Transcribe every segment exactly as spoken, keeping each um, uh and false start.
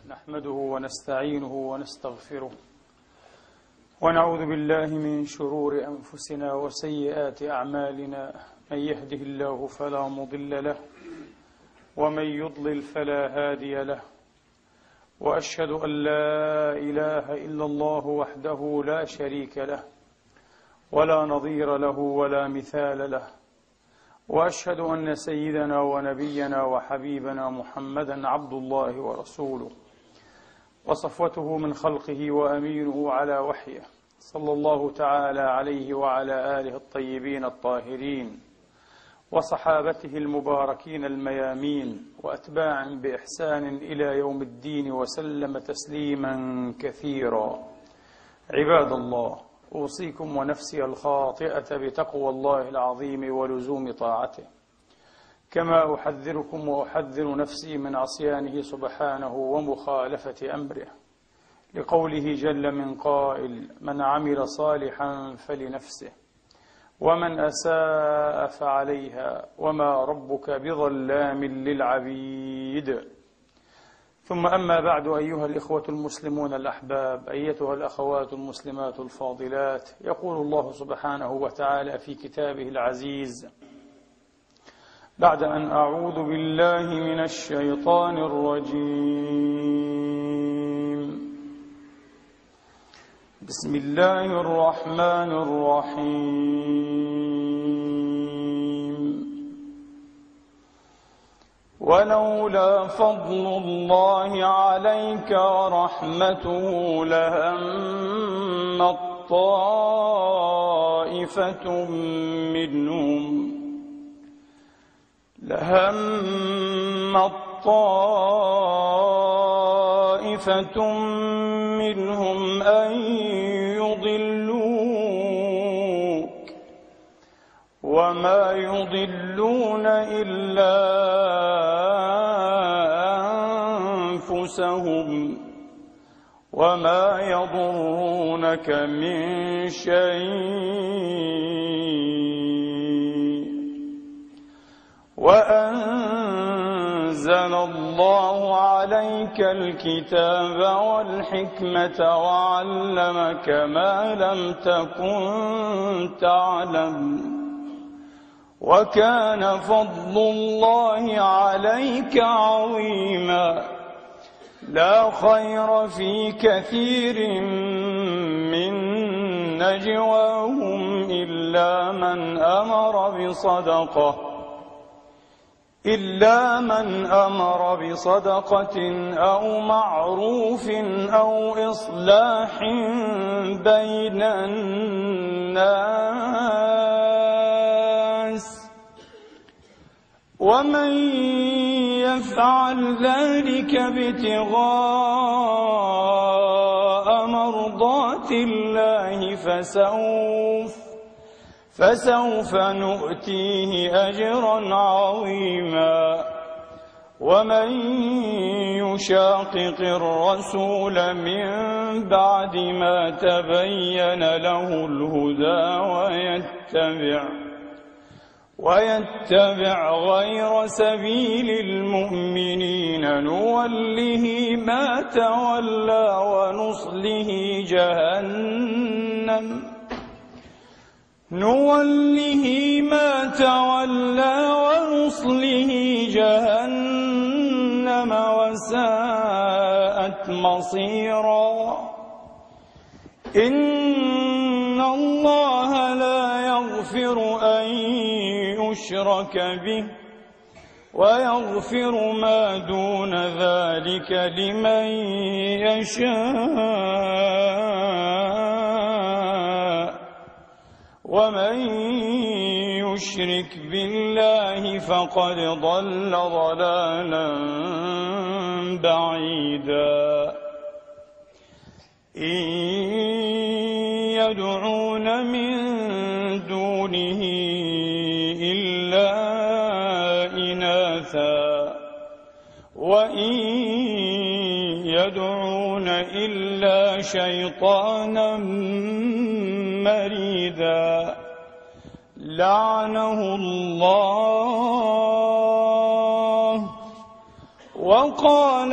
نحمده ونستعينه ونستغفره ونعوذ بالله من شرور أنفسنا وسيئات أعمالنا، من يهده الله فلا مضل له ومن يضلل فلا هادي له، وأشهد أن لا إله إلا الله وحده لا شريك له ولا نظير له ولا مثال له، وأشهد أن سيدنا ونبينا وحبيبنا محمدا عبد الله ورسوله وصفوته من خلقه وأمينه على وحيه، صلى الله تعالى عليه وعلى آله الطيبين الطاهرين وصحابته المباركين الميامين وأتباع بإحسان إلى يوم الدين وسلم تسليما كثيرا. عباد الله، أوصيكم ونفسي الخاطئة بتقوى الله العظيم ولزوم طاعته، كما أحذركم وأحذر نفسي من عصيانه سبحانه ومخالفة أمره، لقوله جل من قائل: من عمل صالحا فلنفسه ومن أساء فعليها وما ربك بظلام للعبيد. ثم أما بعد، أيها الإخوة المسلمون الأحباب، أيتها الأخوات المسلمات الفاضلات، يقول الله سبحانه وتعالى في كتابه العزيز بعد أن أعوذ بالله من الشيطان الرجيم: بسم الله الرحمن الرحيم. ولولا فضل الله عليك ورحمته لهمت طائفة منهم لهمت طائفة منهم أن يضلوك وما يضلون إلا أنفسهم وما يضرونك من شيء، وأنزل الله عليك الكتاب والحكمة وعلمك ما لم تكن تعلم، وكان فضل الله عليك عظيما. لا خير في كثير من نجواهم إلا من أمر بصدقة إلا من أمر بصدقة أو معروف أو إصلاح بين الناس، ومن يفعل ذلك ابتغاء مرضات الله فسوف فسوف نؤتيه أجرا عظيما. ومن يشاقق الرسول من بعد ما تبين له الهدى ويتبع ويتبع غير سبيل المؤمنين نوله ما تولى ونصله جهنم نوله ما تولى ونصله جهنم وساءت مصيرا. إن الله لا يغفر أن يشرك به ويغفر ما دون ذلك لمن يشاء، ومن يشرك بالله فقد ضل ضلالا بعيدا. إن يدعون من دونه إلا إناثا وإن يدعون إلا شيطانا مريدا لعنه الله وقال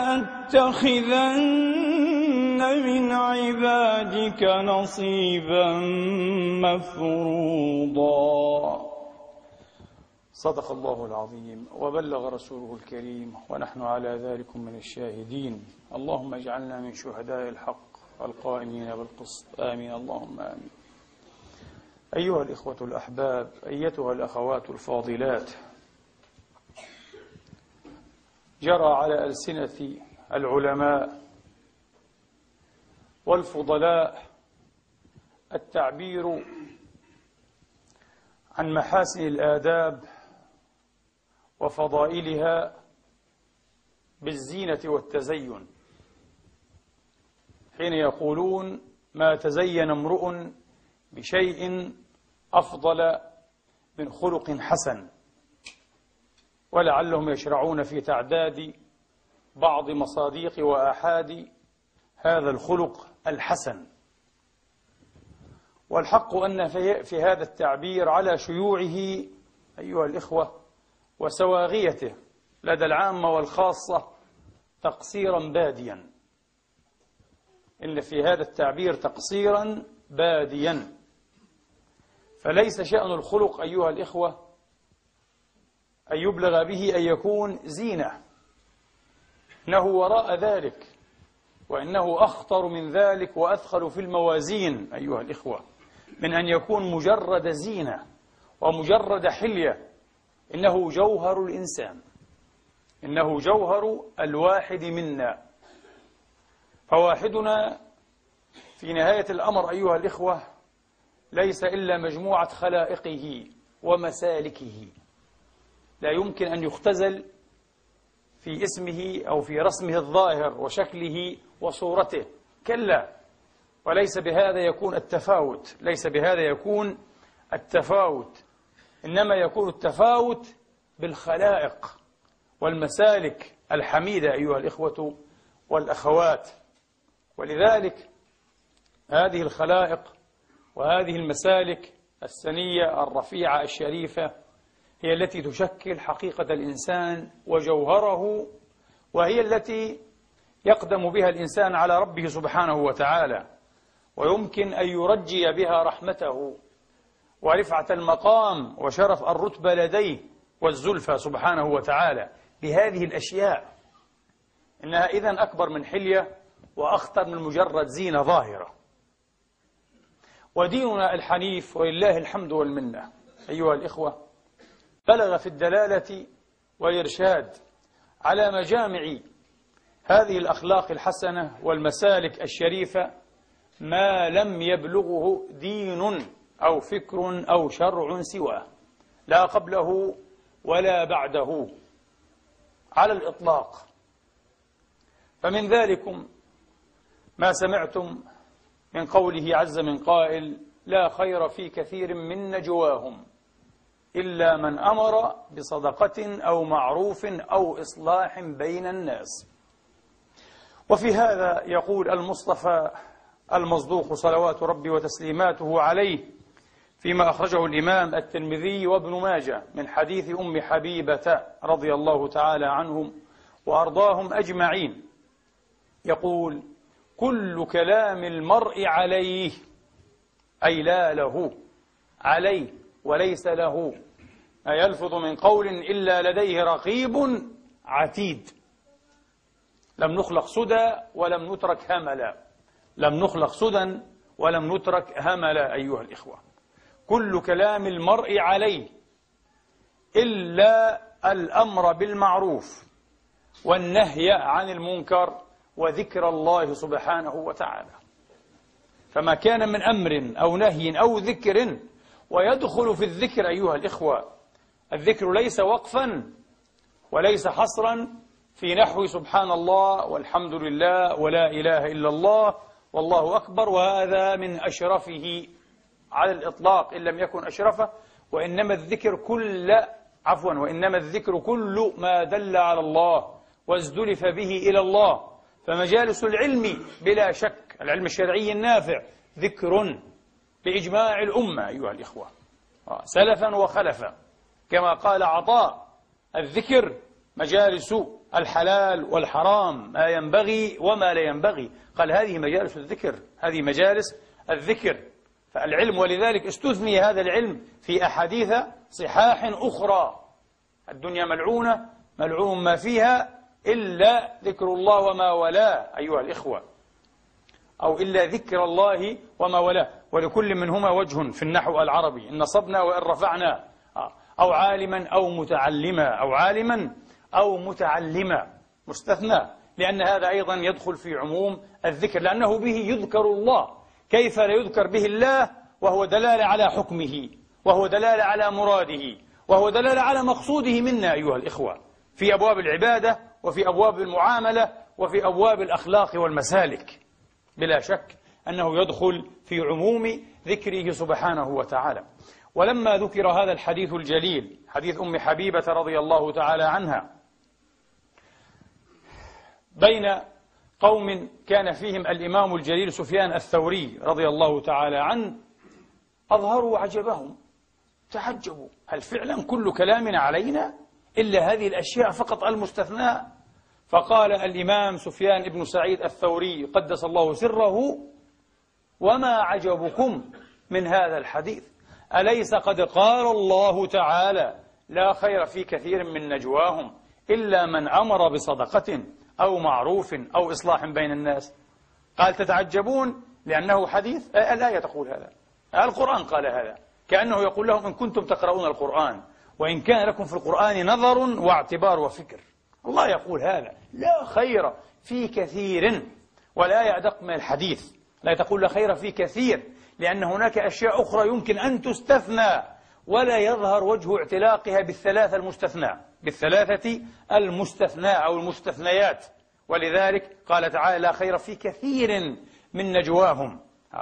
لأتخذن من عبادك نصيبا مفروضا. صدق الله العظيم وبلغ رسوله الكريم، ونحن على ذلك من الشاهدين. اللهم اجعلنا من شهداء الحق القائمين بالقسط، آمين اللهم آمين. أيها الإخوة الأحباب، أيتها الأخوات الفاضلات، جرى على ألسنة العلماء والفضلاء التعبير عن محاسن الآداب وفضائلها بالزينة والتزين، حين يقولون ما تزين امرؤ بشيء أفضل من خلق حسن، ولعلهم يشرعون في تعداد بعض مصاديق وآحاد هذا الخلق الحسن. والحق أن في هذا التعبير على شيوعه أيها الإخوة وسواغيته لدى العامة والخاصة تقصيرا باديا، إن في هذا التعبير تقصيرا باديا. فليس شأن الخلق أيها الإخوة أن يبلغ به أن يكون زينة، إنه وراء ذلك، وإنه أخطر من ذلك وأثقل في الموازين أيها الإخوة من أن يكون مجرد زينة ومجرد حلية. إنه جوهر الإنسان، إنه جوهر الواحد منا. فواحدنا في نهاية الأمر أيها الإخوة ليس إلا مجموعة خلائقه ومسالكه، لا يمكن أن يختزل في اسمه أو في رسمه الظاهر وشكله وصورته، كلا، وليس بهذا يكون التفاوت، ليس بهذا يكون التفاوت، إنما يكون التفاوت بالخلائق والمسالك الحميدة أيها الإخوة والأخوات. ولذلك هذه الخلائق وهذه المسالك السنية الرفيعة الشريفة هي التي تشكل حقيقة الإنسان وجوهره، وهي التي يقدم بها الإنسان على ربه سبحانه وتعالى، ويمكن أن يرجي بها رحمته ورفعة المقام وشرف الرتبة لديه والزلفى سبحانه وتعالى بهذه الأشياء. إنها إذن أكبر من حلية وأخطر من مجرد زينة ظاهرة. وديننا الحنيف ولله الحمد والمنة أيها الإخوة بلغ في الدلالة والإرشاد على مجامع هذه الأخلاق الحسنة والمسالك الشريفة ما لم يبلغه دين أو فكر أو شرع سواه، لا قبله ولا بعده على الإطلاق. فمن ذلكم ما سمعتم من قوله عز من قائل: لا خير في كثير من نجواهم إلا من أمر بصدقة أو معروف أو إصلاح بين الناس. وفي هذا يقول المصطفى المصدوق صلوات ربي وتسليماته عليه فيما أخرجه الإمام الترمذي وابن ماجه من حديث أم حبيبة رضي الله تعالى عنهم وأرضاهم أجمعين، يقول: كل كلام المرء عليه، أي لا له، عليه وليس له، ما يلفظ من قول إلا لديه رقيب عتيد. لم نخلق سدى ولم نترك هملا، لم نخلق سدى ولم نترك هملا أيها الإخوة. كل كلام المرء عليه إلا الأمر بالمعروف والنهي عن المنكر وذكر الله سبحانه وتعالى. فما كان من أمر أو نهي أو ذكر، ويدخل في الذكر أيها الإخوة، الذكر ليس وقفا وليس حصرا في نحو سبحان الله والحمد لله ولا إله إلا الله والله أكبر، وهذا من أشرفه على الإطلاق إن لم يكن أشرفه. وإنما الذكر كل عفوا وإنما الذكر كل ما دل على الله وازدلف به إلى الله. فمجالس العلم بلا شك، العلم الشرعي النافع ذكر بإجماع الأمة أيها الإخوة، سلفا وخلفا، كما قال عطاء: الذكر مجالس الحلال والحرام، ما ينبغي وما لا ينبغي. قال هذه مجالس الذكر، هذه مجالس الذكر. فالعلم، ولذلك استثني هذا العلم في أحاديث صحاح أخرى. الدنيا ملعونة، ملعون ما فيها إلا ذكر الله وما ولاه أيها الإخوة، أو إلا ذكر الله وما ولاه، ولكل منهما وجه في النحو العربي، إن نصبنا وإن رفعنا، أو عالما أو متعلما، أو عالما أو متعلما، مستثنى، لأن هذا أيضا يدخل في عموم الذكر، لأنه به يذكر الله. كيف لا يذكر به الله وهو دلالة على حكمه، وهو دلالة على مراده، وهو دلالة على مقصوده منا أيها الإخوة، في أبواب العبادة وفي أبواب المعاملة وفي أبواب الأخلاق والمسالك. بلا شك أنه يدخل في عموم ذكره سبحانه وتعالى. ولما ذكر هذا الحديث الجليل، حديث أم حبيبة رضي الله تعالى عنها، بين قوم كان فيهم الإمام الجليل سفيان الثوري رضي الله تعالى عنه، أظهروا عجبهم، تعجبوا، هل فعلا كل كلامنا علينا إلا هذه الأشياء فقط المستثناء؟ فقال الإمام سفيان بن سعيد الثوري قدس الله سره: وما عجبكم من هذا الحديث؟ أليس قد قال الله تعالى: لا خير في كثير من نجواهم إلا من أمر بصدقة أو معروف أو إصلاح بين الناس؟ قال تتعجبون لأنه حديث؟ الآية تقول هذا، القرآن قال هذا، كأنه يقول لهم إن كنتم تقرؤون القرآن وإن كان لكم في القرآن نظر واعتبار وفكر. الله يقول هذا: لا خير في كثير، والآية أدق من الحديث، لا تقول لا خير في كثير، لأن هناك أشياء أخرى يمكن أن تستثنى ولا يظهر وجه اعتلاقها بالثلاثة المستثنى، بالثلاثة المستثنى أو المستثنيات. ولذلك قال تعالى: لا خير في كثير من نجواهم.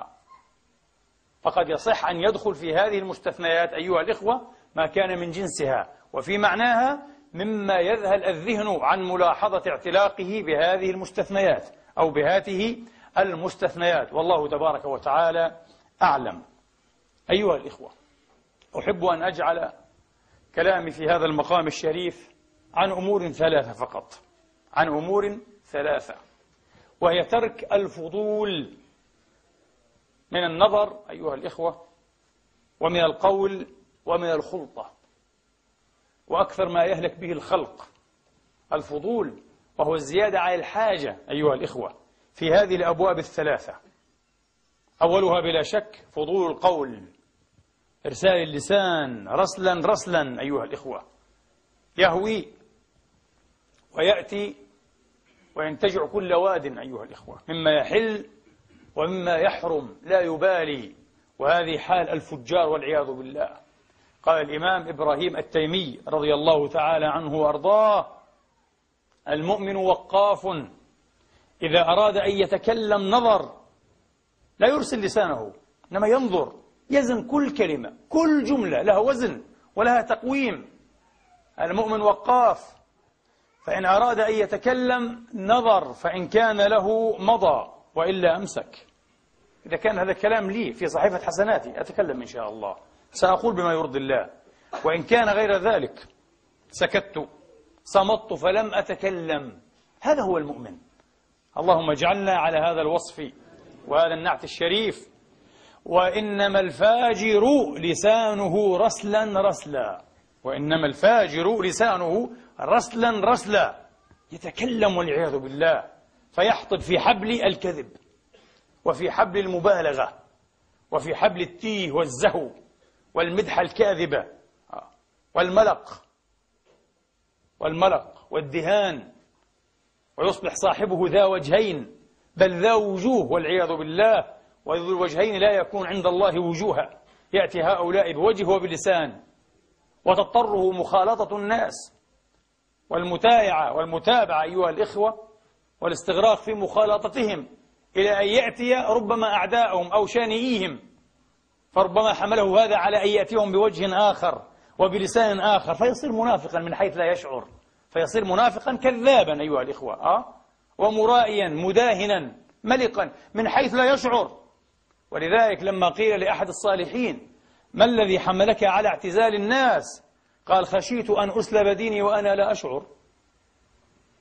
فقد يصح أن يدخل في هذه المستثنيات أيها الإخوة ما كان من جنسها وفي معناها مما يذهل الذهن عن ملاحظة اعتلاقه بهذه المستثنيات أو بهاته المستثنيات، والله تبارك وتعالى أعلم. أيها الإخوة، أحب أن أجعل كلامي في هذا المقام الشريف عن أمور ثلاثة فقط، عن أمور ثلاثة، وهي ترك الفضول من النظر أيها الإخوة، ومن القول، ومن الخلطة، وأكثر ما يهلك به الخلق الفضول، وهو الزيادة على الحاجة أيها الإخوة في هذه الأبواب الثلاثة. أولها بلا شك فضول القول، إرسال اللسان رسلا رسلا أيها الإخوة، يهوي ويأتي وينتجع كل واد أيها الإخوة، مما يحل ومما يحرم لا يبالي، وهذه حال الفجار والعياذ بالله. قال الإمام إبراهيم التيمي رضي الله تعالى عنه وأرضاه: المؤمن وقاف، إذا أراد أن يتكلم نظر، لا يرسل لسانه إنما ينظر، يزن كل كلمة، كل جملة لها وزن ولها تقويم. المؤمن وقاف، فإن أراد أن يتكلم نظر، فإن كان له مضى وإلا أمسك. إذا كان هذا الكلام لي في صحيفة حسناتي أتكلم إن شاء الله، سأقول بما يرضي الله، وإن كان غير ذلك سكت، صمت فلم أتكلم. هذا هو المؤمن. اللهم اجعلنا على هذا الوصف وهذا النعت الشريف. وإنما الفاجر لسانه رسلا رسلا، وإنما الفاجر لسانه رسلا رسلا، يتكلم والعياذ بالله، فيحطب في حبل الكذب، وفي حبل المبالغة، وفي حبل التيه والزهو والمدحة الكاذبة والملق والملق والدهان، ويصبح صاحبه ذا وجهين بل ذا وجوه والعياذ بالله. وذو الوجهين لا يكون عند الله وجوها، يأتي هؤلاء بوجه وبلسان، وتضطره مخالطة الناس والمتايعة والمتابعة أيها الإخوة، والاستغراق في مخالطتهم، إلى أن يأتي ربما أعداءهم أو شانئيهم، فربما حمله هذا على أن يأتيهم بوجه آخر وبلسان آخر، فيصير منافقا من حيث لا يشعر، فيصير منافقا كذابا أيها الإخوة، أه؟ ومرائيا مداهنا ملقا من حيث لا يشعر. ولذلك لما قيل لأحد الصالحين: ما الذي حملك على اعتزال الناس؟ قال: خشيت أن أسلب ديني وأنا لا أشعر.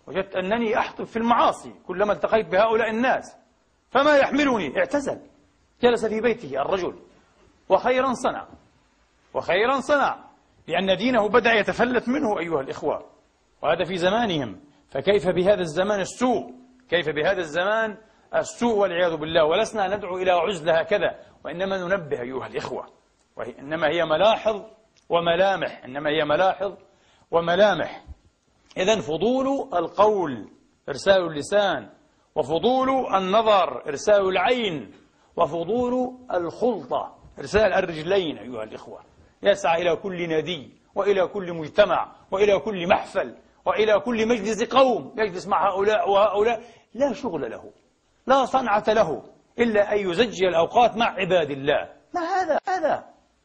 وجدت أنني أحطب في المعاصي كلما التقيت بهؤلاء الناس، فما يحملني؟ اعتزل، جلس في بيته الرجل، وخيرا صنع، وخيرا صنع، لأن دينه بدأ يتفلت منه أيها الإخوة، وهذا في زمانهم. فكيف بهذا الزمان السوء؟ كيف بهذا الزمان السوء والعياذ بالله؟ ولسنا ندعو إلى عزلة هكذا، وإنما ننبه أيها الإخوة، وإنما هي ملاحظ وملامح، إنما هي ملاحظ وملامح. إذن فضول القول إرسال اللسان، وفضول النظر إرسال العين، وفضول الخلطة إرسال الرجلين أيها الإخوة. يسعى إلى كل نادي، وإلى كل مجتمع، وإلى كل محفل، وإلى كل مجلس قوم، يجلس مع هؤلاء وهؤلاء، لا شغل له، لا صنعة له إلا أن يزجي الأوقات مع عباد الله. ما هذا هذا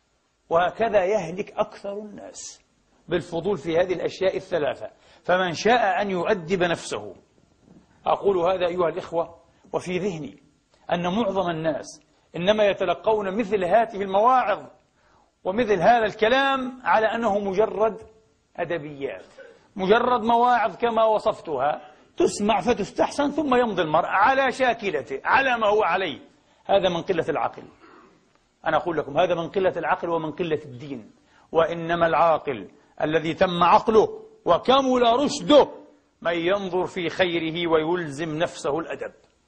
وهكذا يهلك أكثر الناس بالفضول في هذه الأشياء الثلاثة. فمن شاء أن يؤدب نفسه، أقول هذا أيها الإخوة، وفي ذهني أن معظم الناس إنما يتلقون مثل هذه المواعظ ومثل هذا الكلام على أنه مجرد أدبيات، مجرد مواعظ كما وصفتها، تسمع فتستحسن ثم يمضي المرء على شاكلته، على ما هو عليه. هذا من قلة العقل. أنا أقول لكم هذا من قلة العقل ومن قلة الدين. وإنما العاقل الذي تم عقله وكمل رشده من ينظر في خيره ويلزم نفسه الأدب.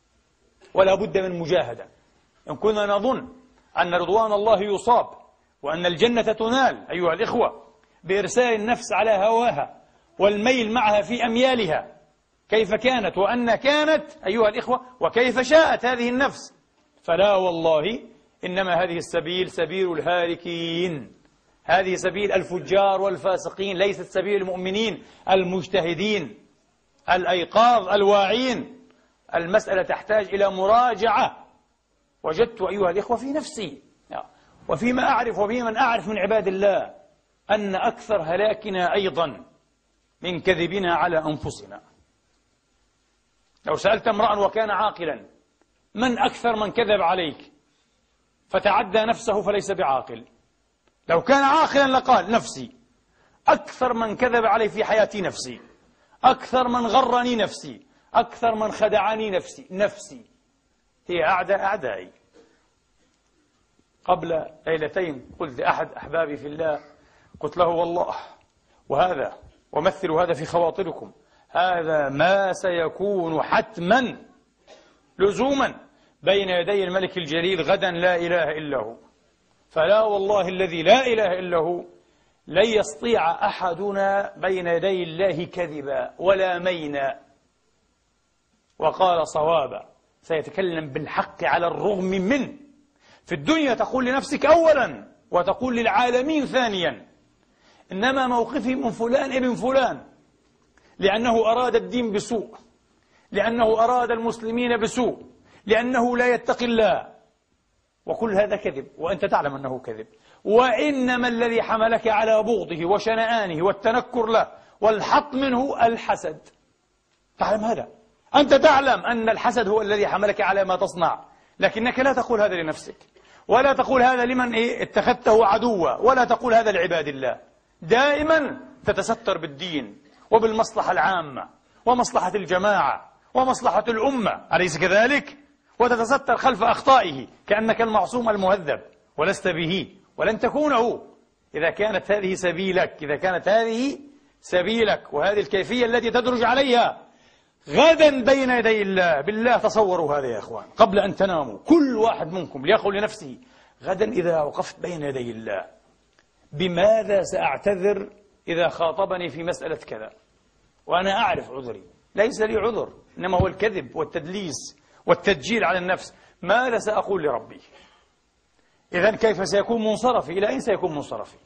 ولا بد من مجاهدة. إن كنا نظن أن رضوان الله يصاب وأن الجنة تنال أيها الإخوة بإرسال النفس على هواها والميل معها في أميالها كيف كانت وأن كانت أيها الإخوة وكيف شاءت هذه النفس، فلا والله، إنما هذه السبيل سبيل الهالكين، هذه سبيل الفجار والفاسقين، ليست سبيل المؤمنين المجتهدين الأيقاظ الواعين. المسألة تحتاج إلى مراجعة. وجدت أيها الإخوة في نفسي وفيما أعرف وفي من أعرف من عباد الله أن أكثر هلاكنا أيضا من كذبنا على أنفسنا. لو سألت امرأ وكان عاقلا من أكثر من كذب عليك فتعدى نفسه فليس بعاقل. لو كان عاقلا لقال نفسي. أكثر من كذب علي في حياتي نفسي، أكثر من غرني نفسي، أكثر من خدعني نفسي. نفسي هي أعداء أعدائي. قبل ليلتين قلت لأحد أحبابي في الله، قلت له والله وهذا ومثلوا هذا في خواطركم، هذا ما سيكون حتما لزوما بين يدي الملك الجليل غدا لا إله إلا هو. فلا والله الذي لا إله إلا هو لن يستطيع أحدنا بين يدي الله كذبا ولا مينا. وقال صوابا، سيتكلم بالحق على الرغم منه. في الدنيا تقول لنفسك أولا وتقول للعالمين ثانيا. إنما موقفي من فلان ابن فلان لأنه أراد الدين بسوء، لأنه أراد المسلمين بسوء، لأنه لا يتقي الله، وكل هذا كذب وأنت تعلم أنه كذب. وإنما الذي حملك على بغضه وشنآنه والتنكر له والحط منه الحسد. تعلم هذا، أنت تعلم أن الحسد هو الذي حملك على ما تصنع، لكنك لا تقول هذا لنفسك، ولا تقول هذا لمن إيه اتخذته عدوا، ولا تقول هذا لعباد الله. دائما تتستر بالدين وبالمصلحة العامة ومصلحة الجماعة ومصلحة الأمة، أليس كذلك؟ وتتستر خلف أخطائه كأنك المعصوم المهذب، ولست به ولن تكونه إذا كانت هذه سبيلك، إذا كانت هذه سبيلك وهذه الكيفية التي تدرج عليها غدا بين يدي الله. بالله تصوروا هذا يا أخوان قبل أن تناموا، كل واحد منكم ليقول لنفسه غدا إذا وقفت بين يدي الله بماذا سأعتذر إذا خاطبني في مسألة كذا وأنا أعرف عذري، ليس لي عذر إنما هو الكذب والتدليس والتدجيل على النفس. ماذا سأقول لربي؟ إذن كيف سيكون منصرفي؟ إلى أين سيكون منصرفي؟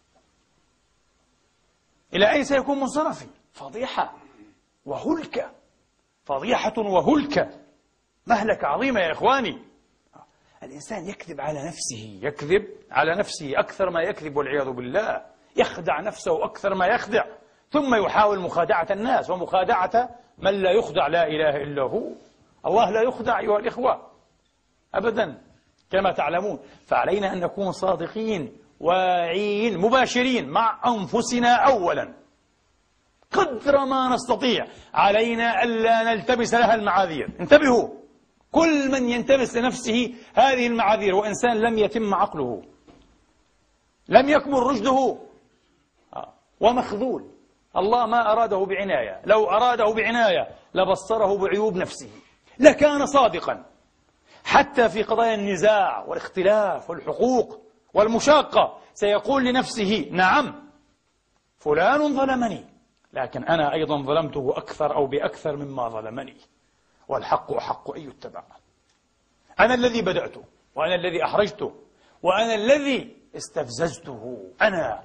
إلى أين سيكون منصرفي؟ فضيحة وهلكة، فضيحة وهلكة، مهلكة عظيمة يا إخواني. الإنسان يكذب على نفسه، يكذب على نفسه أكثر ما يكذب والعياذ بالله، يخدع نفسه أكثر ما يخدع، ثم يحاول مخادعة الناس ومخادعة من لا يخدع لا إله إلا هو. الله لا يخدع أيها الإخوة أبدا كما تعلمون. فعلينا أن نكون صادقين واعيين مباشرين مع أنفسنا أولا قدر ما نستطيع. علينا ألا نلتبس لها المعاذير. انتبهوا، كل من ينتبس لنفسه هذه المعاذير وإنسان لم يتم عقله، لم يكمل رشده، ومخذول. الله ما أراده بعناية، لو أراده بعناية لبصره بعيوب نفسه، لكان صادقا حتى في قضايا النزاع والاختلاف والحقوق والمشاقة. سيقول لنفسه: نعم فلان ظلمني، لكن أنا أيضا ظلمته أكثر أو بأكثر مما ظلمني، والحق أحق أن يتبع. أنا الذي بدأته، وأنا الذي أحرجته، وأنا الذي استفززته، أنا.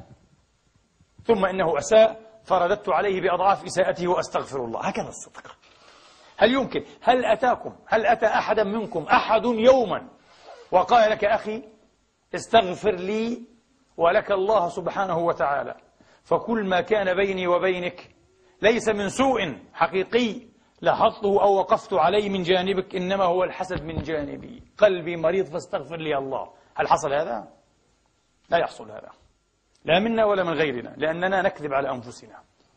ثم إنه أساء فرددت عليه بأضعاف إساءته وأستغفر الله. هكذا الصدق. هل يمكن؟ هل أتاكم هل أتى أحدا منكم أحد يوما وقال لك: أخي استغفر لي ولك الله سبحانه وتعالى، فكل ما كان بيني وبينك ليس من سوء حقيقي لاحظته أو وقفت عليه من جانبك، إنما هو الحسد من جانبي، قلبي مريض فاستغفر لي الله. هل حصل هذا؟ لا يحصل هذا، لا منا ولا من غيرنا، لأننا نكذب على أنفسنا.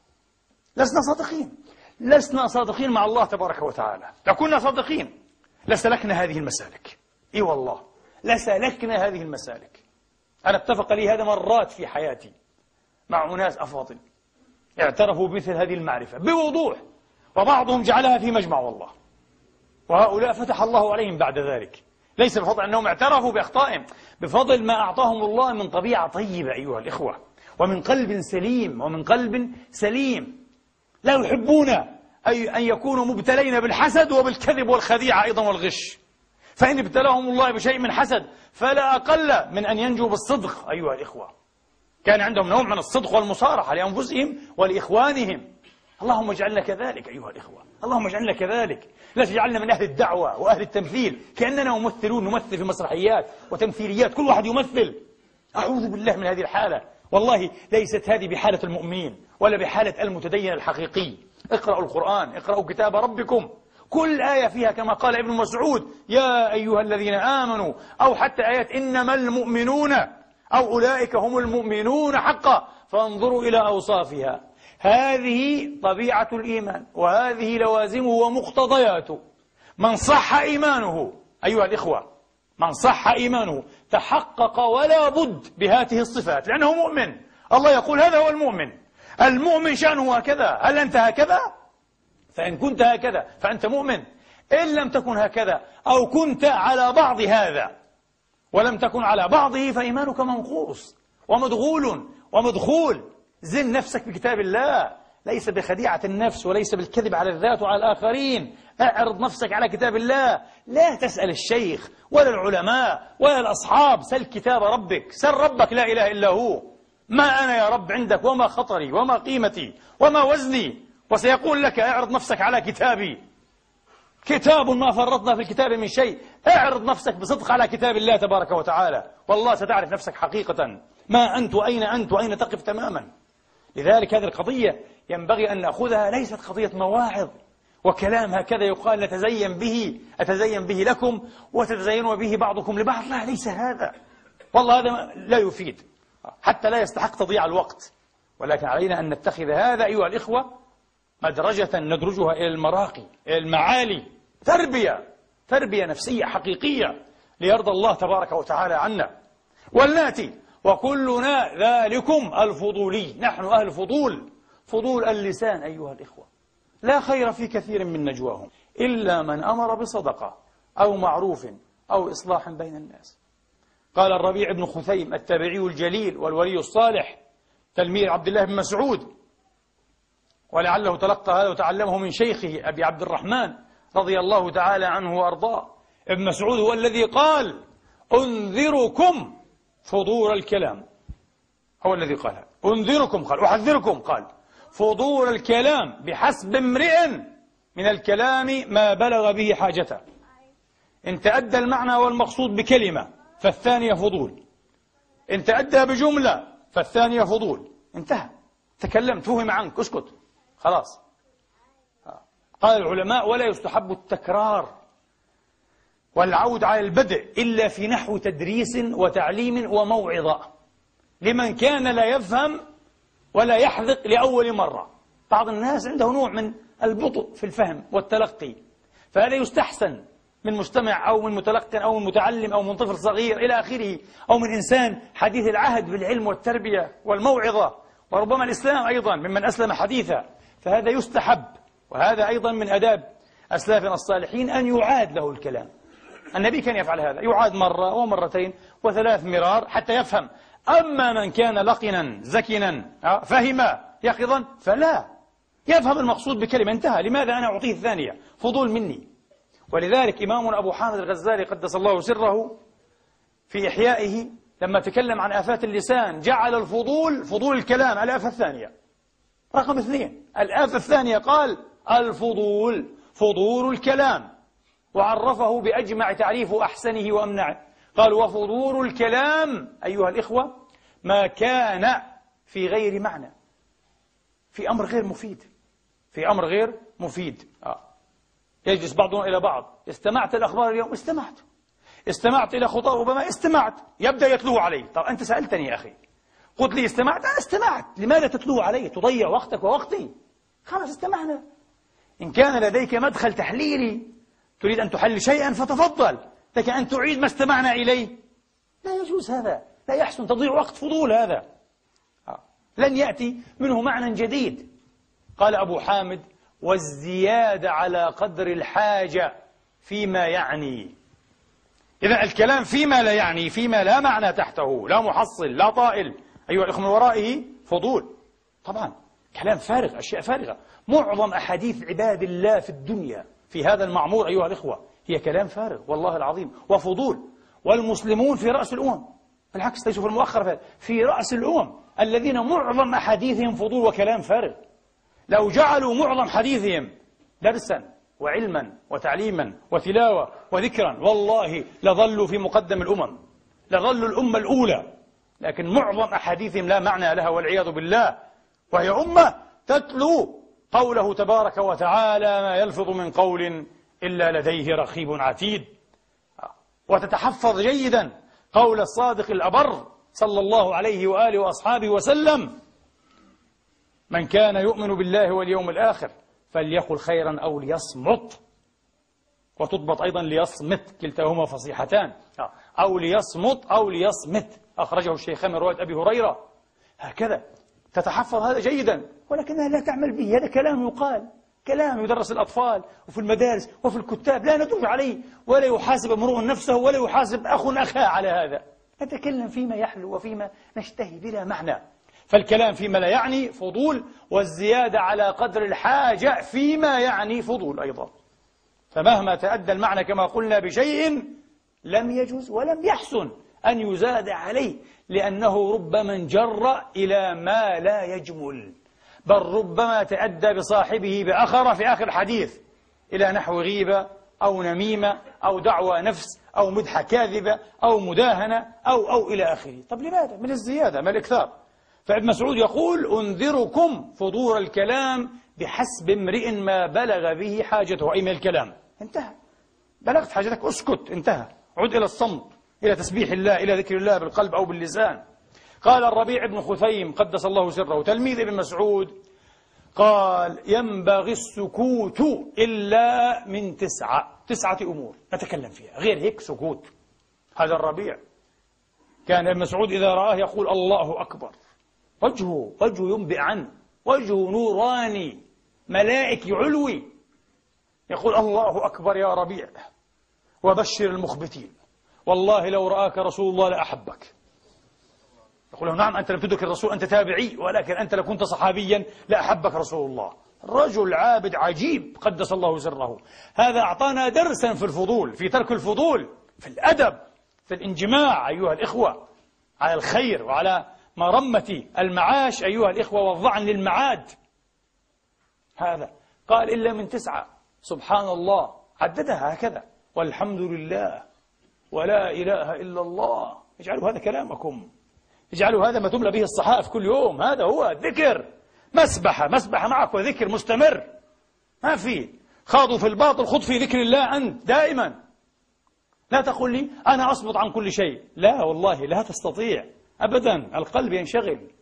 لسنا صادقين، لسنا صادقين مع الله تبارك وتعالى. لو كنا صادقين لسلكنا هذه المسالك. إي والله لسلكنا هذه المسالك. أنا اتفق لي هذا مرات في حياتي مع أناس أفاضل اعترفوا بمثل هذه المعرفة بوضوح، وبعضهم جعلها في مجمع والله، وهؤلاء فتح الله عليهم بعد ذلك، ليس بفضل أنهم اعترفوا بأخطائهم، بفضل ما أعطاهم الله من طبيعة طيبة أيها الإخوة، ومن قلب سليم، ومن قلب سليم. لا يحبون أن يكونوا مبتلين بالحسد وبالكذب والخديعة أيضا والغش، فإن ابتلاهم الله بشيء من حسد فلا أقل من أن ينجوا بالصدق أيها الإخوة. كان عندهم نوع من الصدق والمصارحة لأنفسهم ولإخوانهم. اللهم اجعلنا كذلك أيها الإخوة، اللهم اجعلنا كذلك، لا تجعلنا من أهل الدعوة وأهل التمثيل، كأننا ممثلون نمثل في مسرحيات وتمثيليات، كل واحد يمثل. أعوذ بالله من هذه الحالة، والله ليست هذه بحالة المؤمنين ولا بحالة المتدين الحقيقي. اقرأوا القرآن، اقرأوا كتاب ربكم، كل آية فيها كما قال ابن مسعود: يا أيها الذين آمنوا، أو حتى آيات إنما المؤمنون أو أولئك هم المؤمنون حقا، فانظروا إلى أوصافها. هذه طبيعة الإيمان، وهذه لوازمه ومقتضياته. من صح إيمانه أيها الإخوة، من صح إيمانه تحقق ولا بد بهذه الصفات، لأنه مؤمن. الله يقول: هذا هو المؤمن، المؤمن شأنه هكذا. هل أنت هكذا؟ فإن كنت هكذا فأنت مؤمن. إن لم تكن هكذا أو كنت على بعض هذا ولم تكن على بعضه فإيمانك منقوص ومدغول ومدخول. زن نفسك بكتاب الله، ليس بخديعة النفس، وليس بالكذب على الذات وعلى الآخرين. اعرض نفسك على كتاب الله، لا تسأل الشيخ ولا العلماء ولا الأصحاب، سل كتاب ربك، سل ربك لا إله إلا هو. ما أنا يا رب عندك، وما خطري وما قيمتي وما وزني، وسيقول لك: اعرض نفسك على كتابي، كتاب ما فرطنا في الكتاب من شيء. اعرض نفسك بصدق على كتاب الله تبارك وتعالى، والله ستعرف نفسك حقيقة ما أنت وأين أنت وأين تقف تماما. لذلك هذه القضية ينبغي أن نأخذها ليست قضية مواعظ وكلام هكذا يقال نتزين به، أتزين به لكم وتتزينوا به بعضكم لبعض. لا، ليس هذا، والله هذا لا يفيد، حتى لا يستحق تضييع الوقت. ولكن علينا أن نتخذ هذا أيها الإخوة مدرجة ندرجها إلى المراقي، إلى المعالي، تربية تربية نفسية حقيقية ليرضى الله تبارك وتعالى عنا. والناتي وكلنا ذلكم الفضولي، نحن أهل فضول، فضول اللسان أيها الإخوة. لا خير في كثير من نجواهم إلا من أمر بصدقة أو معروف أو إصلاح بين الناس. قال الربيع بن خثيم التابعي الجليل والولي الصالح تلميذ عبد الله بن مسعود، ولعله تلقى هذا وتعلمه من شيخه أبي عبد الرحمن رضي الله تعالى عنه وأرضاه. ابن مسعود هو الذي قال: أنذركم فضول الكلام، هو الذي قال: أنذركم، قال أحذركم، قال فضول الكلام بحسب امرئ من الكلام ما بلغ به حاجته. إن تأدى المعنى والمقصود بكلمة فالثانية فضول، إن تأدى بجملة فالثانية فضول. انتهى، تكلمت، فهم عنك، اسكت، خلاص. قال العلماء: ولا يستحب التكرار والعود على البدء إلا في نحو تدريس وتعليم وموعظة لمن كان لا يفهم ولا يحذق لأول مرة. بعض الناس عنده نوع من البطء في الفهم والتلقي، فهذا يستحسن من مستمع أو من متلقن أو من متعلم أو من طفل صغير إلى آخره، أو من إنسان حديث العهد بالعلم والتربية والموعظة، وربما الإسلام أيضا ممن أسلم حديثا، فهذا يستحب. وهذا أيضا من أداب أسلافنا الصالحين أن يعاد له الكلام. النبي كان يفعل هذا، يعاد مرة ومرتين وثلاث مرار حتى يفهم. أما من كان لقنا زكنا فهم يقظا فلا يفهم المقصود بكلمة، انتهى. لماذا أنا أعطيه الثانية؟ فضول مني. ولذلك إمامنا أبو حامد الغزالي قدس الله سره في إحيائه لما تكلم عن آفات اللسان جعل الفضول، فضول الكلام، الآفة الثانية رقم اثنين. الآفة الثانية قال الفضول فضول الكلام، وعرفه بأجمع تعريف أحسنه وأمنعه. قال وفضول الكلام أيها الإخوة ما كان في غير معنى، في أمر غير مفيد، في أمر غير مفيد. آه. يجلس بعضنا إلى بعض، استمعت الأخبار اليوم؟ استمعت. استمعت إلى خطاب ربما؟ استمعت. يبدأ يتلو علي. طب أنت سألتني يا أخي، قلت لي استمعت؟ أنا استمعت. لماذا تتلو علي؟ تضيع وقتك ووقتي. خلاص استمعنا. إن كان لديك مدخل تحليلي تريد أن تحلل شيئا فتفضل، لكن أن تعيد ما استمعنا إليه لا يجوز، هذا لا يحسن، تضيع وقت، فضول هذا. آه. لن يأتي منه معنى جديد. قال أبو حامد والزيادة على قدر الحاجة فيما يعني. إذا الكلام فيما لا يعني، فيما لا معنى تحته، لا محصل لا طائل، أيها الأخوة، من ورائه فضول. طبعا كلام فارغ، أشياء فارغة. معظم أحاديث عباد الله في الدنيا في هذا المعمور أيها الإخوة هي كلام فارغ والله العظيم وفضول. والمسلمون في رأس الأمم، بالعكس ليسوا في المؤخر، في رأس الأمم الذين معظم أحاديثهم فضول وكلام فارغ. لو جعلوا معظم حديثهم درسا وعلما وتعليما وتلاوة وذكرا والله لظلوا في مقدم الأمم، لظلوا الأمة الأولى. لكن معظم أحاديثهم لا معنى لها والعياذ بالله، وهي أمة تتلو قوله تبارك وتعالى ما يلفظ من قول إلا لديه رقيب عتيد، وتتحفظ جيدا قول الصادق الأبر صلى الله عليه وآله وأصحابه وسلم من كان يؤمن بالله واليوم الآخر فليقل خيرا أو ليصمت، وتضبط أيضا ليصمت، كلتاهما فصيحتان، أو ليصمت أو ليصمت، أخرجه الشيخان من رواية أبي هريرة. هكذا تتحفظ هذا جيدا، ولكنها لا تعمل به. هذا كلام يقال، كلام يدرس الأطفال وفي المدارس وفي الكتاب، لا نتوج عليه، ولا يحاسب امرؤ نفسه ولا يحاسب أخ أخاه على هذا. نتكلم فيما يحلو وفيما نشتهي بلا معنى. فالكلام فيما لا يعني فضول، والزيادة على قدر الحاجة فيما يعني فضول أيضا. فمهما تأدى المعنى كما قلنا بشيء لم يجوز ولم يحسن أن يزاد عليه، لأنه ربما انجر إلى ما لا يجمل، بل ربما تأدى بصاحبه بأخر في آخر الحديث إلى نحو غيبة أو نميمة أو دعوى نفس أو مدحة كاذبة أو مداهنة أو أو إلى آخره. طب لماذا؟ من الزيادة، من الإكثار. فابن مسعود يقول أنذركم فضول الكلام بحسب امرئ ما بلغ به حاجته، أي من الكلام. انتهى، بلغت حاجتك اسكت، انتهى. عد إلى الصمت، إلى تسبيح الله، إلى ذكر الله بالقلب أو باللسان. قال الربيع بن خثيم قدس الله سره تلميذ ابن مسعود، قال ينبغي السكوت إلا من تسعة تسعة أمور نتكلم فيها، غير هيك سكوت. هذا الربيع كان ابن مسعود إذا رآه يقول الله أكبر، وجهه وجهه ينبئ عنه، وجهه نوراني ملائكي علوي، يقول الله أكبر يا ربيع، وبشر المخبتين، والله لو رآك رسول الله لأحبك. يقول له نعم أنت لم تدرك الرسول، أنت تابعي، ولكن أنت لو كنت صحابيا لأحبك رسول الله. رجل عابد عجيب قدس الله سره. هذا أعطانا درسا في الفضول، في ترك الفضول، في الأدب، في الانجماع أيها الإخوة على الخير وعلى مرمة المعاش أيها الإخوة والظعن للمعاد. هذا قال إلا من تسعة، سبحان الله، عددها هكذا، والحمد لله ولا إله إلا الله. اجعلوا هذا كلامكم، اجعلوا هذا ما تملى به الصحائف كل يوم. هذا هو ذكر، مسبحة مسبحة معك وذكر مستمر، ما في خاضوا في الباطل، خذ في ذكر الله أنت دائما. لا تقول لي أنا أصمت عن كل شيء، لا والله لا تستطيع أبدا، القلب ينشغل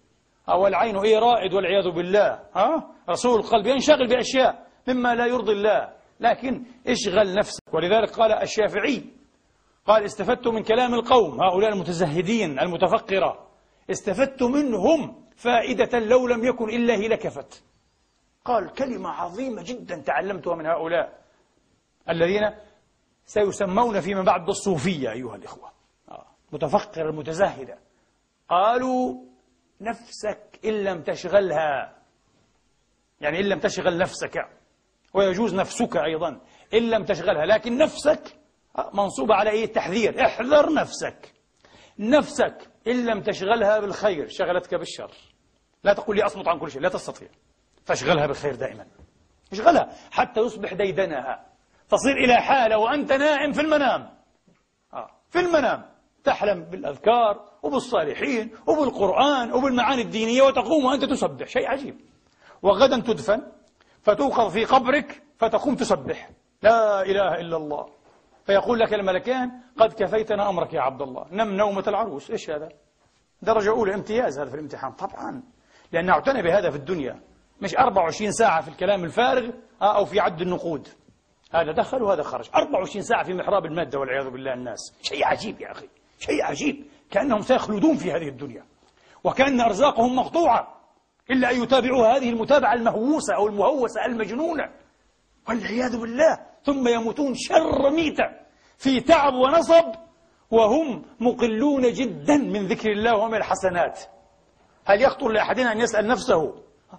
والعين إيه رائد والعياذ بالله. ها؟ رسول القلب ينشغل بأشياء مما لا يرضي الله، لكن اشغل نفسك. ولذلك قال الشافعي، قال استفدت من كلام القوم هؤلاء المتزهدين المتفقرة، استفدت منهم فائدة لو لم يكن إلا هي لكفت. قال كلمة عظيمة جدا تعلمتها من هؤلاء الذين سيسمون فيما بعد بالصوفية أيها الإخوة، متفقر المتزهدة. قالوا نفسك إن لم تشغلها، يعني إن لم تشغل نفسك، ويجوز نفسك أيضا إن لم تشغلها، لكن نفسك منصوبة على إيه؟ التحذير. احذر نفسك. نفسك إن لم تشغلها بالخير شغلتك بالشر. لا تقول لي أصمت عن كل شيء، لا تستطيع. فاشغلها بالخير دائما، اشغلها حتى يصبح ديدنها، تصير إلى حالة وأنت نائم في المنام، آه. في المنام تحلم بالأذكار وبالصالحين وبالقرآن وبالمعاني الدينية، وتقوم وأنت تسبح. شيء عجيب. وغدا تدفن فتوقظ في قبرك فتقوم تسبح لا إله إلا الله، فيقول لك الملكان قد كفيتنا أمرك يا عبد الله، نم نومة العروس. إيش هذا؟ درجة أولى، امتياز هذا في الامتحان طبعا، لأن اعتنى بهذا في الدنيا، مش أربعة وعشرين ساعة في الكلام الفارغ أو في عد النقود. هذا دخل وهذا خرج، أربعة وعشرين ساعة في محراب المادة والعياذ بالله. الناس شيء عجيب يا أخي، شيء عجيب، كأنهم سيخلدون في هذه الدنيا، وكأن أرزاقهم مقطوعة إلا أن يتابعوا هذه المتابعة المهووسة أو المهوسة المجنونة والعياذ بالله، ثم يموتون شر ميتة في تعب ونصب وهم مقلون جدا من ذكر الله ومن الحسنات. هل يخطر لأحدنا أن يسأل نفسه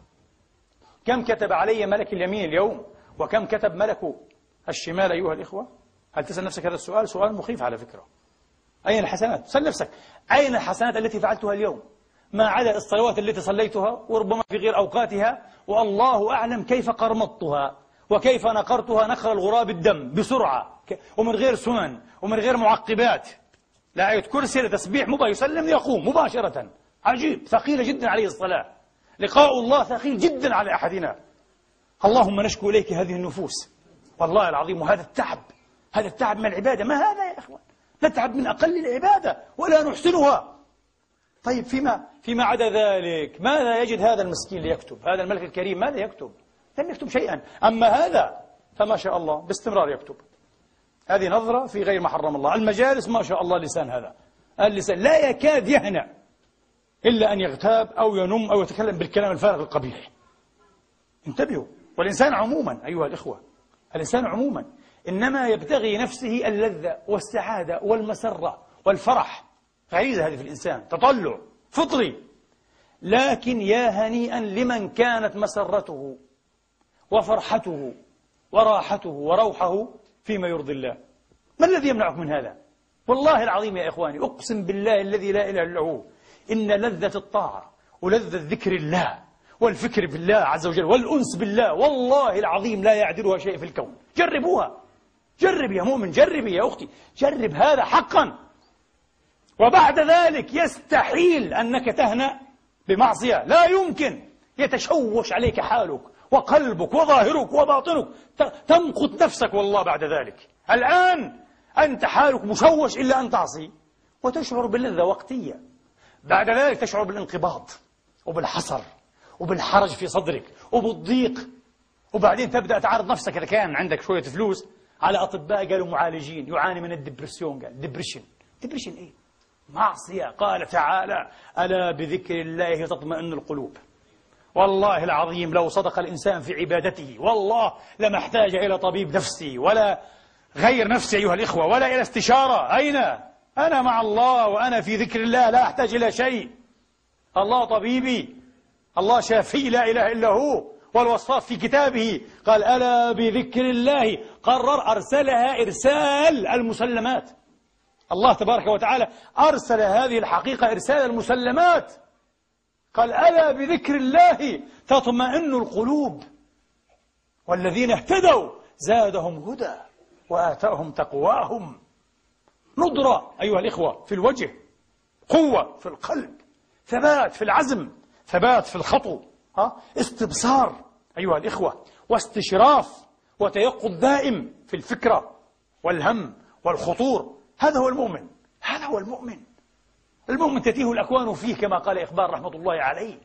كم كتب علي ملك اليمين اليوم وكم كتب ملك الشمال أيها الإخوة؟ هل تسأل نفسك هذا السؤال؟ سؤال مخيف على فكرة. أين الحسنات؟ سأل نفسك أين الحسنات التي فعلتها اليوم، ما عدا الصلوات التي صليتها وربما في غير أوقاتها، والله أعلم كيف قرمطتها وكيف نقرتها نقر الغراب الدم بسرعة ومن غير سنن ومن غير معقبات. لا آية كرسي لتسبيح مبا يسلم يقوم مباشرة. عجيب، ثقيلة جدا عليه الصلاة. لقاء الله ثقيل جدا على أحدنا. اللهم نشكو إليك هذه النفوس والله العظيم، وهذا التعب، هذا التعب من العبادة. ما هذا يا إخوان؟ نتعب من أقل العبادة ولا نحسنها. طيب فيما فيما عدا ذلك ماذا يجد هذا المسكين ليكتب؟ هذا الملك الكريم ماذا يكتب؟ لم يكتب شيئا. أما هذا فما شاء الله باستمرار يكتب. هذه نظرة في غير ما حرم الله. المجالس ما شاء الله لسان، هذا اللسان لا يكاد يهنأ إلا أن يغتاب أو ينم أو يتكلم بالكلام الفارغ القبيح. انتبهوا. والإنسان عموما أيها الإخوة، الإنسان عموما إنما يبتغي نفسه اللذة والسعادة والمسرة والفرح، غريزة هذه في الإنسان، تطلع فطري. لكن يا هنيئا لمن كانت مسرته وفرحته وراحته وروحه فيما يرضي الله. ما الذي يمنعك من هذا؟ والله العظيم يا إخواني، أقسم بالله الذي لا إله إلا هو، إن لذة الطاعة ولذة ذكر الله والفكر بالله عز وجل والأنس بالله والله العظيم لا يعدلها شيء في الكون. جربوها، جرب يا مؤمن، جربي يا أختي، جرب هذا حقا. وبعد ذلك يستحيل أنك تهنأ بمعصية، لا يمكن. يتشوش عليك حالك وقلبك وظاهرك وباطنك، تمقت نفسك والله بعد ذلك. الآن أنت حالك مشوش إلا أن تعصي وتشعر باللذة وقتية، بعد ذلك تشعر بالانقباض وبالحصر وبالحرج في صدرك وبالضيق، وبعدين تبدأ تعرض نفسك إذا كان عندك شوية فلوس على أطباء قالوا معالجين يعاني من الدبرسيون، قال ديبريشن. ديبريشن إيه؟ معصية. قال تعالى ألا بذكر الله تطمئن القلوب. والله العظيم لو صدق الإنسان في عبادته والله لما احتاج إلى طبيب نفسي ولا غير نفسي أيها الإخوة ولا إلى استشارة. أين؟ أنا مع الله وأنا في ذكر الله لا أحتاج إلى شيء. الله طبيبي، الله شافي لا إله إلا هو. والوصاف في كتابه قال ألا بذكر الله، قرر أرسلها إرسال المسلمات. الله تبارك وتعالى أرسل هذه الحقيقة إرسال المسلمات. قال ألا بذكر الله تطمئن القلوب والذين اهتدوا زادهم هدى وآتاهم تقواهم. نضرة أيها الإخوة في الوجه، قوة في القلب، ثبات في العزم، ثبات في الخطو، ها؟ استبصار أيها الإخوة، واستشراف وتيقظ دائم في الفكرة والهم والخطور. هذا هو المؤمن، هذا هو المؤمن. المؤمن تتيه الأكوان فيه كما قال إخبار رحمة الله عليه.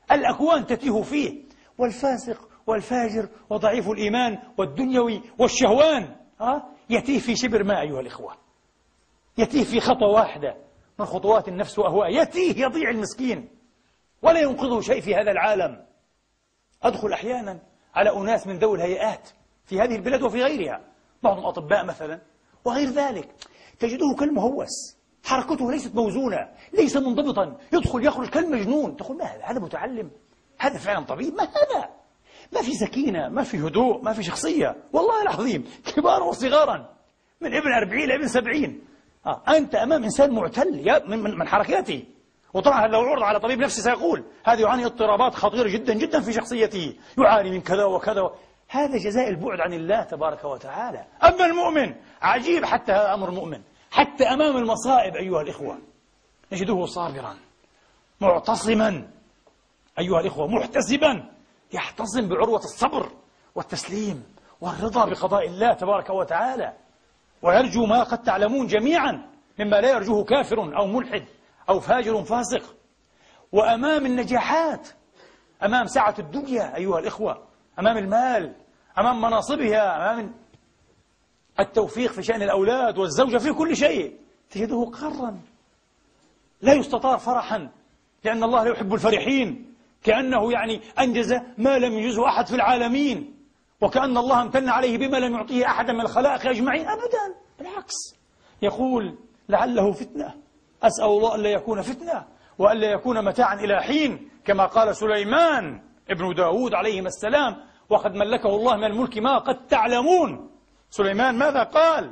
الأكوان تتيه فيه، والفاسق والفاجر وضعيف الإيمان والدنيوي والشهوان أه؟ يتيه في شبر ما أيها الإخوة، يتيه في خطوة واحدة من خطوات النفس وأهواء، يتيه يضيع المسكين ولا ينقذه شيء في هذا العالم. أدخل أحيانا على أناس من ذوي الهيئات في هذه البلاد وفي غيرها، بعضهم أطباء مثلا وغير ذلك، تجده كالمهوس، حركته ليست موزونة، ليس منضبطا، يدخل يخرج كالمجنون. تقول ما هذا؟ هذا متعلم؟ هذا فعلا طبيب؟ ما هذا؟ ما في سكينة، ما في هدوء، ما في شخصية، والله العظيم، كبارا وصغارا، من ابن أربعين إلى ابن سبعين. آه. أنت أمام إنسان معتل من, من, من حركاته. وطبعا لو عرض على طبيب نفسي سيقول هذا يعاني اضطرابات خطيرة جدا جدا في شخصيته، يعاني من كذا وكذا. هذا جزاء البعد عن الله تبارك وتعالى. أما المؤمن عجيب، حتى هذا أمر المؤمن، حتى أمام المصائب أيها الإخوة نجده صابرا معتصما، أيها الإخوة محتسبا، يحتصم بعروة الصبر والتسليم والرضا بقضاء الله تبارك وتعالى، ويرجو ما قد تعلمون جميعا مما لا يرجوه كافر أو ملحد أو فاجر فاسق. وأمام النجاحات، أمام سعة الدنيا أيها الإخوة، أمام المال، أمام مناصبها، أمام التوفيق في شأن الأولاد والزوجة، في كل شيء تجده قرا لا يستطار فرحا، لأن الله لا يحب الفرحين، كأنه يعني أنجز ما لم ينجزه أحد في العالمين، وكأن الله امتن عليه بما لم يعطيه أحدا من الخلائق أجمعين. أبدا، بالعكس، يقول لعله فتنة، أسأل الله ألا يكون فتنة وألا يكون متاعا إلى حين، كما قال سليمان ابن داود عليهما السلام، وقد ملكه الله من الملك ما قد تعلمون. سليمان ماذا قال؟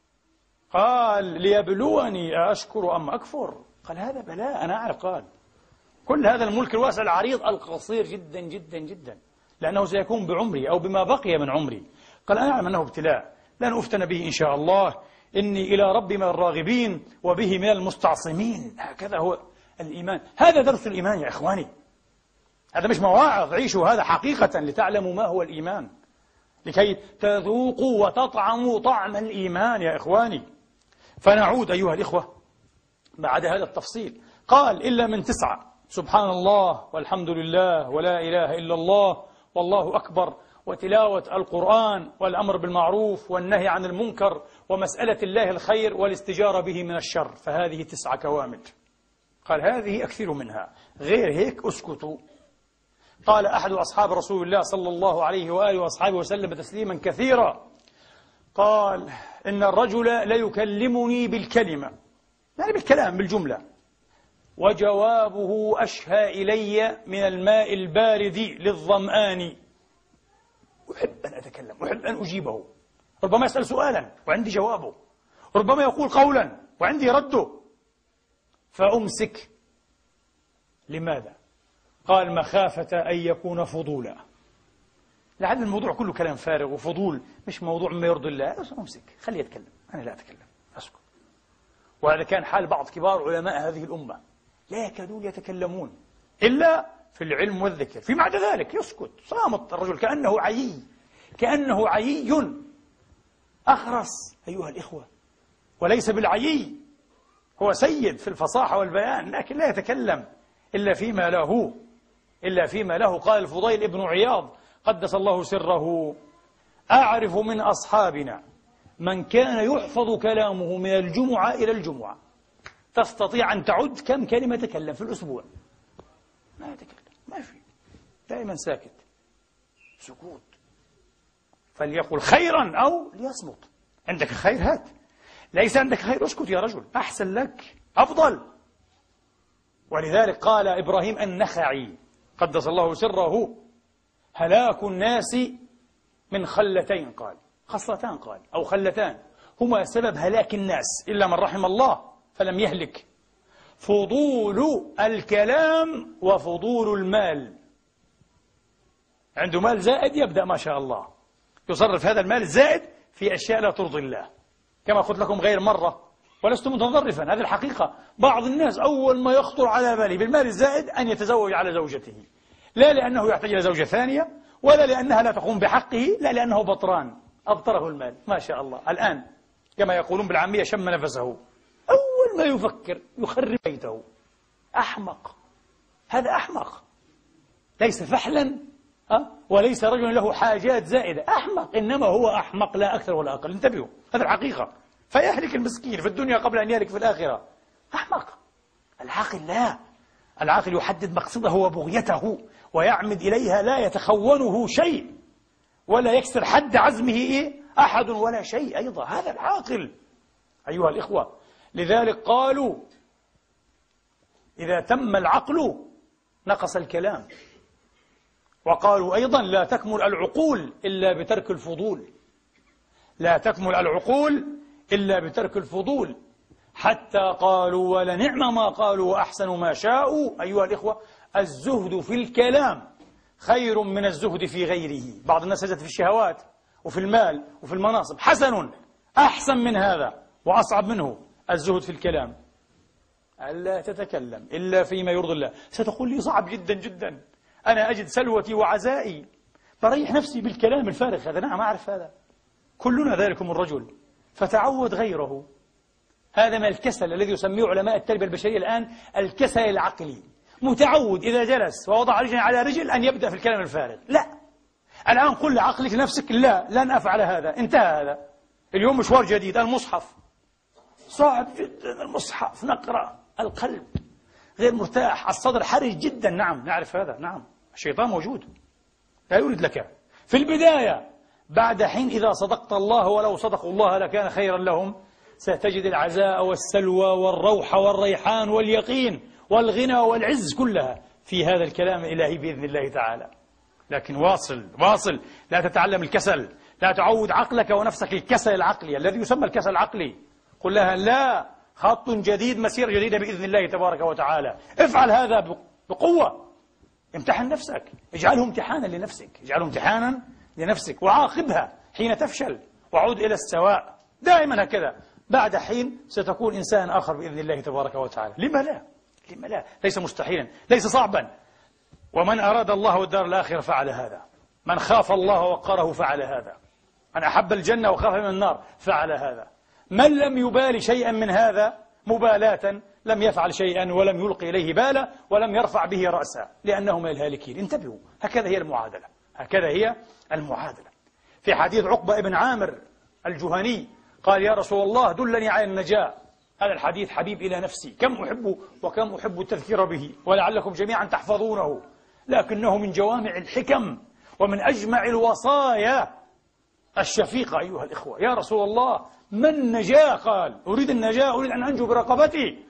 قال ليبلوني أشكر أم أكفر. قال هذا بلاء، أنا أعرف. قال كل هذا الملك الواسع العريض القصير جدا جدا جدا، لأنه سيكون بعمري أو بما بقي من عمري. قال أنا أعلم أنه ابتلاء لن أفتن به إن شاء الله، إني إلى ربي من الراغبين وبه من المستعصمين. هكذا هو الإيمان، هذا درس الإيمان يا إخواني، هذا مش مواعظ، عيشوا هذا حقيقة لتعلموا ما هو الإيمان، لكي تذوقوا وتطعموا طعم الإيمان يا إخواني. فنعود أيها الإخوة بعد هذا التفصيل. قال إلا من تسعة، سبحان الله والحمد لله ولا إله إلا الله والله أكبر، وتلاوة القرآن والأمر بالمعروف والنهي عن المنكر ومسألة الله الخير والاستجارة به من الشر، فهذه تسعة كوامل. قال هذه أكثر منها، غير هيك أسكتوا. قال أحد أصحاب رسول الله صلى الله عليه وآله وأصحابه وسلم تسليما كثيرا، قال إن الرجل ليكلمني بالكلمة، يعني بالكلام بالجملة، وجوابه أشهى إلي من الماء البارد للظمآن. أحب أن أتكلم، أحب أن أجيبه، ربما يسأل سؤالا وعندي جوابه، ربما يقول قولا وعندي رده، فأمسك. لماذا؟ قال مخافة أن يكون فضولا، لعل الموضوع كله كلام فارغ وفضول، مش موضوع ما يرضي الله. أمسك، خليه يتكلم، أنا لا أتكلم، أسكت. وهذا كان حال بعض كبار علماء هذه الأمة، لا يكادون يتكلمون إلا في العلم والذكر، فيما عدا ذلك يسكت، صامت الرجل كأنه عيي، كأنه عيي أخرس أيها الإخوة، وليس بالعيي، هو سيد في الفصاحة والبيان، لكن لا يتكلم إلا فيما له، إلا فيما له. قال الفضيل ابن عياض قدس الله سره: أعرف من أصحابنا من كان يحفظ كلامه من الجمعة إلى الجمعة. تستطيع أن تعد كم كلمة تكلم في الأسبوع؟ ما يتكلم، ما في، دائما ساكت، سكوت. فليقل خيرا أو ليصمت. عندك خير هات، ليس عندك خير اسكت يا رجل، أحسن لك، أفضل. ولذلك قال إبراهيم النخعي قدس الله سره: هلاك الناس من خلتين، قال خصلتان، قال أو خلتان هما سبب هلاك الناس إلا من رحم الله فلم يهلك: فضول الكلام وفضول المال. عنده مال زائد يبدأ ما شاء الله يصرف هذا المال الزائد في أشياء لا ترضي الله، كما قلت لكم غير مرة ولست متظرفا، هذه الحقيقة. بعض الناس أول ما يخطر على باله بالمال الزائد أن يتزوج على زوجته، لا لأنه يحتاج إلى زوجة ثانية ولا لأنها لا تقوم بحقه، لا لأنه بطران أبطره المال ما شاء الله. الآن كما يقولون بالعامية شم نفسه، أول ما يفكر يخرب بيته. أحمق، هذا أحمق. ليس فحلا أه؟ وليس رجلا له حاجات زائدة، أحمق، إنما هو أحمق لا أكثر ولا أقل. انتبهوا، هذا الحقيقة. فيهلك المسكين في الدنيا قبل أن يهلك في الآخرة. أحمق. العاقل لا، العاقل يحدد مقصده وبغيته ويعمد إليها، لا يتخونه شيء ولا يكسر حد عزمه إيه؟ أحد ولا شيء أيضا. هذا العاقل أيها الإخوة. لذلك قالوا إذا تم العقل نقص الكلام. وقالوا أيضا لا تكمل العقول إلا بترك الفضول، لا تكمل العقول إلا بترك الفضول. حتى قالوا ولنعم ما قالوا وأحسن ما شاءوا أيها الإخوة، الزهد في الكلام خير من الزهد في غيره. بعض الناس يزهد في الشهوات وفي المال وفي المناصب، حسن، أحسن من هذا وأصعب منه الزهد في الكلام. ألا تتكلم إلا فيما يرضي الله. ستقول لي صعب جدا جدا، أنا أجد سلوتي وعزائي، بريح نفسي بالكلام الفارغ هذا. نعم أعرف هذا، كلنا ذلكم الرجل، فتعود غيره. هذا من الكسل الذي يسميه علماء التربية البشرية الآن الكسل العقلي. متعود إذا جلس ووضع رجلا على رجل أن يبدأ في الكلام الفارغ. لا، الآن قل لعقلك لنفسك لا، لن أفعل هذا، انتهى هذا. اليوم مشوار جديد، المصحف صعب جدا، المصحف نقرأ، القلب غير مرتاح، الصدر حرج جدا. نعم نعرف هذا، نعم الشيطان موجود لا يريد لك في البداية. بعد حين إذا صدقت الله ولو صدقوا الله لكان خيرا لهم، ستجد العزاء والسلوى والروح والريحان واليقين والغنى والعز كلها في هذا الكلام الإلهي بإذن الله تعالى. لكن واصل واصل، لا تتعلم الكسل، لا تعود عقلك ونفسك الكسل العقلي الذي يسمى الكسل العقلي. قل لها لا، خط جديد، مسيرة جديدة بإذن الله تبارك وتعالى. افعل هذا بقوة، امتحن نفسك، اجعله امتحانا لنفسك، اجعله امتحانا لنفسك وعاقبها حين تفشل وعود إلى السواء. دائما هكذا، بعد حين ستكون إنسان آخر بإذن الله تبارك وتعالى. لما لا؟ لما لا؟ ليس مستحيلا، ليس صعبا. ومن أراد الله والدار الآخرة فعل هذا، من خاف الله ووقره فعل هذا، من أحب الجنة وخاف من النار فعل هذا. من لم يبالي شيئا من هذا مبالاة لم يفعل شيئا ولم يلقي إليه بالا ولم يرفع به رأسا، لأنه من الهالكين. انتبهوا، هكذا هي المعادلة، هكذا هي المعادلة. في حديث عقبة بن عامر الجهني قال يا رسول الله دلني على النجاة. هذا الحديث حبيب إلى نفسي، كم أحب وكم أحب التذكير به، ولعلكم جميعا تحفظونه، لكنه من جوامع الحكم ومن أجمع الوصايا الشفيقة أيها الإخوة. يا رسول الله ما النجاة؟ قال أريد النجاة، أريد أن أنجو برقبتي.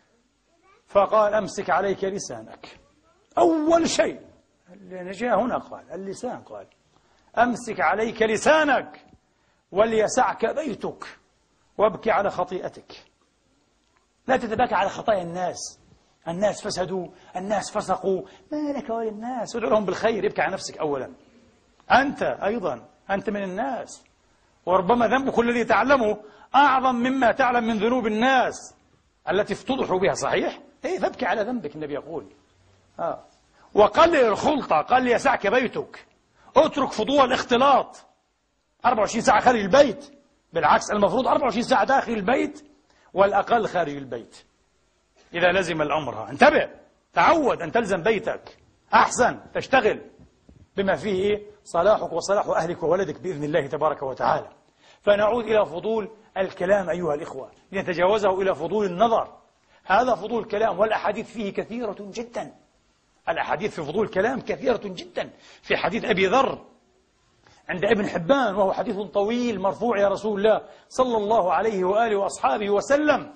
فقال أمسك عليك لسانك. أول شيء النجاة هنا قال اللسان، قال أمسك عليك لسانك وليسعك بيتك وابكي على خطيئتك. لا تتباكى على خطايا الناس، الناس فسدوا، الناس فسقوا، ما لك وللناس، ادعو لهم بالخير، ابكي على نفسك أولا. أنت أيضا أنت من الناس، وربما ذنبك الذي تعلمه أعظم مما تعلم من ذنوب الناس التي افتضحوا بها، صحيح؟ إيه، فابكي على ذنبك النبي يقول. آه. وقلل الخلطة، قال يسعك بيتك، اترك فضول الاختلاط أربعة وعشرين ساعة خارج البيت. بالعكس، المفروض أربعة وعشرين ساعة داخل البيت والأقل خارج البيت إذا لزم الأمر. انتبه، تعود أن تلزم بيتك، أحسن تشتغل بما فيه إيه؟ صلاحك وصلاح أهلك وولدك بإذن الله تبارك وتعالى. فنعود إلى فضول الكلام أيها الإخوة، لنتجاوزه إلى فضول النظر. هذا فضول الكلام، والأحاديث فيه كثيرة جدا. الأحاديث في فضول الكلام كثيرة جدا. في حديث أبي ذر عند ابن حبان، وهو حديث طويل مرفوع يا رسول الله صلى الله عليه وآله وأصحابه وسلم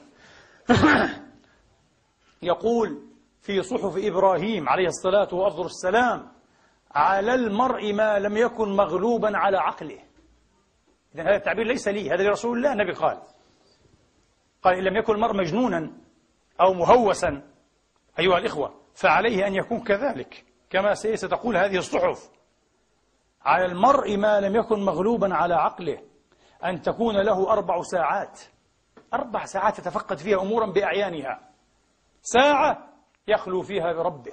يقول في صحف إبراهيم عليه الصلاة وأفضل السلام: على المرء ما لم يكن مغلوبا على عقله. إذن هذا التعبير ليس لي، هذا لرسول الله. النبي قال قال إن لم يكن المرء مجنونا أو مهوسا أيها الإخوة فعليه أن يكون كذلك كما ستقول هذه الصحف. على المرء ما لم يكن مغلوبا على عقله أن تكون له أربع ساعات، أربع ساعات يتفقد فيها أمورا بأعيانها. ساعة يخلو فيها بربه،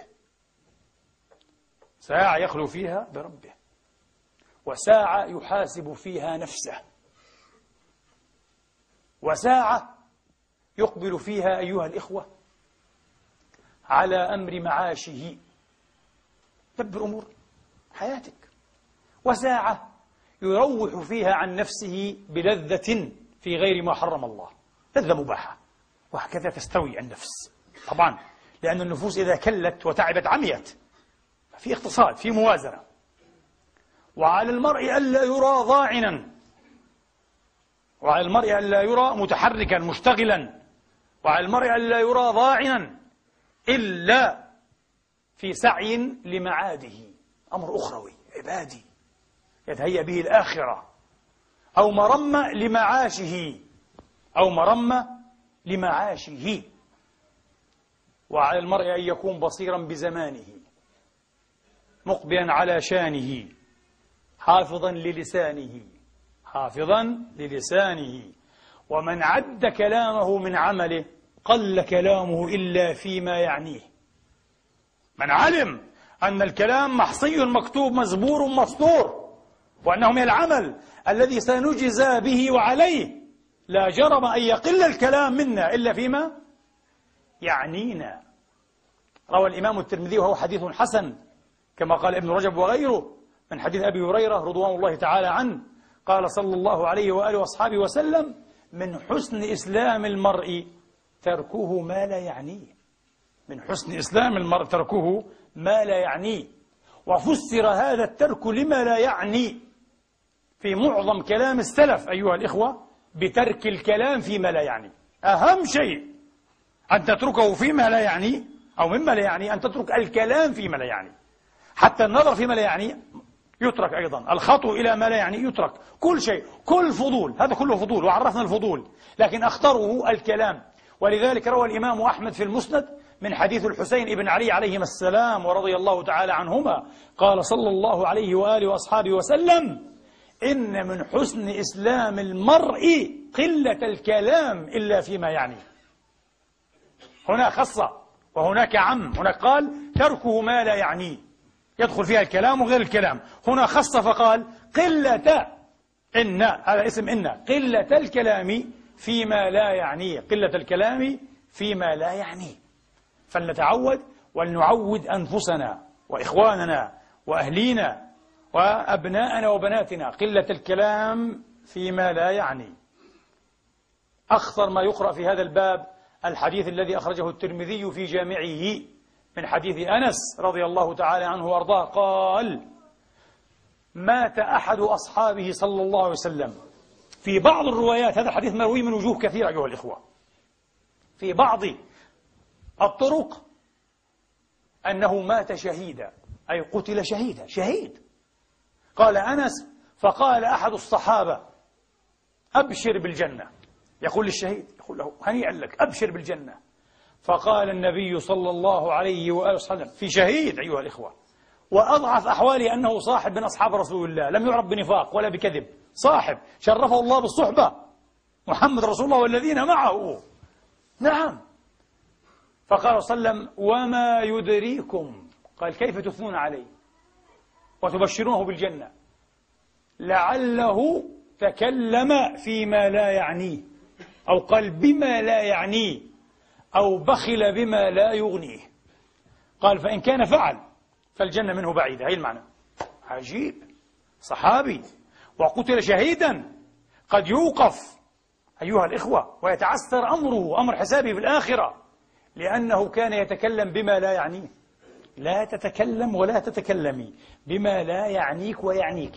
ساعة يخلو فيها بربه، وساعة يحاسب فيها نفسه، وساعة يقبل فيها أيها الإخوة على أمر معاشه. دبر أمور حياتك. وساعة يروح فيها عن نفسه بلذة في غير ما حرم الله، لذة مباحة، وهكذا تستوي النفس. طبعا لأن النفوس إذا كلت وتعبت عميت، في اقتصاد، في موازنة. وعلى المرء ألا يرى ضاعنا، وعلى المرء ألا يرى متحركا مشتغلا، وعلى المرء ألا يرى ضاعنا إلا في سعي لمعاده، أمر أخروي عبادي يتهيأ به الآخرة، أو مرمى لمعاشه، أو مرمى لمعاشه. وعلى المرء أن يكون بصيرا بزمانه، مقبلا على شانه، حافظا للسانه، حافظا للسانه. ومن عد كلامه من عمله قل كلامه إلا فيما يعنيه. من علم أن الكلام محصي مكتوب مزبور مسطور، وأنه من العمل الذي سنجزى به وعليه، لا جرم أن يقل الكلام منا إلا فيما يعنينا. روى الإمام الترمذي وهو حديث حسن كما قال ابن رجب وغيره من حديث أبي هريرة رضوان الله تعالى عنه، قال صلى الله عليه وآله وأصحابه وسلم: من حسن إسلام المرء تركه ما لا يعنيه. من حسن إسلام المرء تركه ما لا يعنيه. وفسر هذا الترك لما لا يعني في معظم كلام السلف أيها الإخوة بترك الكلام فيما لا يعني. أهم شيء أن تتركه فيما لا يعني، أو مما لا يعني، أن تترك الكلام فيما لا يعني. حتى النظر فيما لا يعني يترك أيضا، الخطو إلى ما لا يعني يترك، كل شيء، كل فضول، هذا كله فضول، وعرفنا الفضول، لكن أخطره الكلام. ولذلك روى الإمام أحمد في المسند من حديث الحسين بن علي عليهما السلام ورضي الله تعالى عنهما، قال صلى الله عليه وآله وأصحابه وسلم: إن من حسن إسلام المرء قلة الكلام إلا فيما يعني. هنا خص وهناك عم، هناك قال تركه ما لا يعنيه، يدخل فيها الكلام وغير الكلام. هنا خص فقال قلة، إن هذا اسم إن، قلة الكلام فيما لا يعنيه، قلة الكلام فيما لا يعنيه. فلنتعود ولنعود أنفسنا وإخواننا وأهلينا وأبناءنا وبناتنا قلة الكلام فيما لا يعني. أخطر ما يقرأ في هذا الباب الحديث الذي أخرجه الترمذي في جامعه من حديث أنس رضي الله تعالى عنه وأرضاه، قال: مات أحد أصحابه صلى الله عليه وسلم. في بعض الروايات هذا الحديث مروي من وجوه كثيرة أيها الإخوة، في بعض الطرق أنه مات شهيدا، أي قتل شهيدا، شهيد. قال أنس: فقال أحد الصحابة: أبشر بالجنة. يقول للشهيد، يقول له: هنيئا لك، أبشر بالجنة. فقال النبي صلى الله عليه وآله وسلم في شهيد أيها الإخوة، وأضعف أحواله أنه صاحب من أصحاب رسول الله، لم يعرف بنفاق ولا بكذب، صاحب شرفه الله بالصحبة، محمد رسول الله والذين معه. نعم. فقال صلى الله عليه وسلم: وما يدريكم، قال: كيف تثنون عليه وتبشرونه بالجنة؟ لعله تكلم فيما لا يعنيه، أو قال بما لا يعنيه، أو بخل بما لا يغنيه. قال: فإن كان فعل فالجنة منه بعيدة. هي المعنى. عجيب، صحابي وقتل شهيدا، قد يوقف أيها الإخوة ويتعسر أمره، أمر حسابه في الآخرة، لأنه كان يتكلم بما لا يعنيه. لا تتكلم ولا تتكلمي بما لا يعنيك ويعنيك.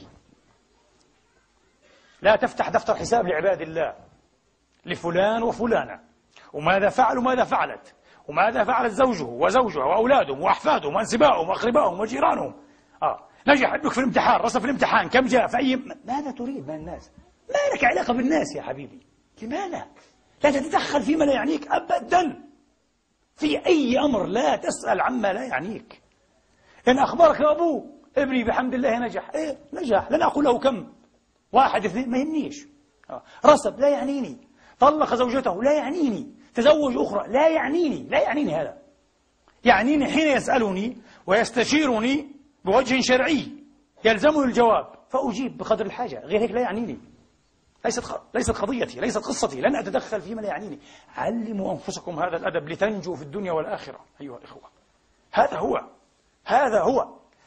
لا تفتح دفتر حساب لعباد الله، لفلان وفلانة، وماذا فعل وماذا فعلت، وماذا فعلت زوجه وزوجها وأولادهم وأحفادهم وأنسبائهم وأقربائهم وجيرانهم. آه. نجح ابنك في الامتحان، رسب في الامتحان، كم جاء في أي. ماذا تريد من الناس؟ ما لك علاقة بالناس يا حبيبي. لماذا؟ لا تتدخل فيما لا يعنيك أبدا. في أي أمر لا تسأل عما لا يعنيك. إن أخبرك أبوه: ابني بحمد الله نجح، إيه نجح، لن أقول له كم، واحد اثنين، ما يهمنيش. آه. رسب، لا يعنيني. طلق زوجته، لا يعنيني. تزوج أخرى، لا يعنيني. لا يعنيني هذا. يعنيني حين يسألني ويستشيرني بوجه شرعي يلزمني الجواب فأجيب بقدر الحاجة، غير هيك لا يعنيني. ليست ليست قضيتي، ليست قصتي، لن أتدخل فيما لا يعنيني. علموا أنفسكم هذا الأدب لتنجوا في الدنيا والآخرة أيها الإخوة. هذا هو، هذا هو.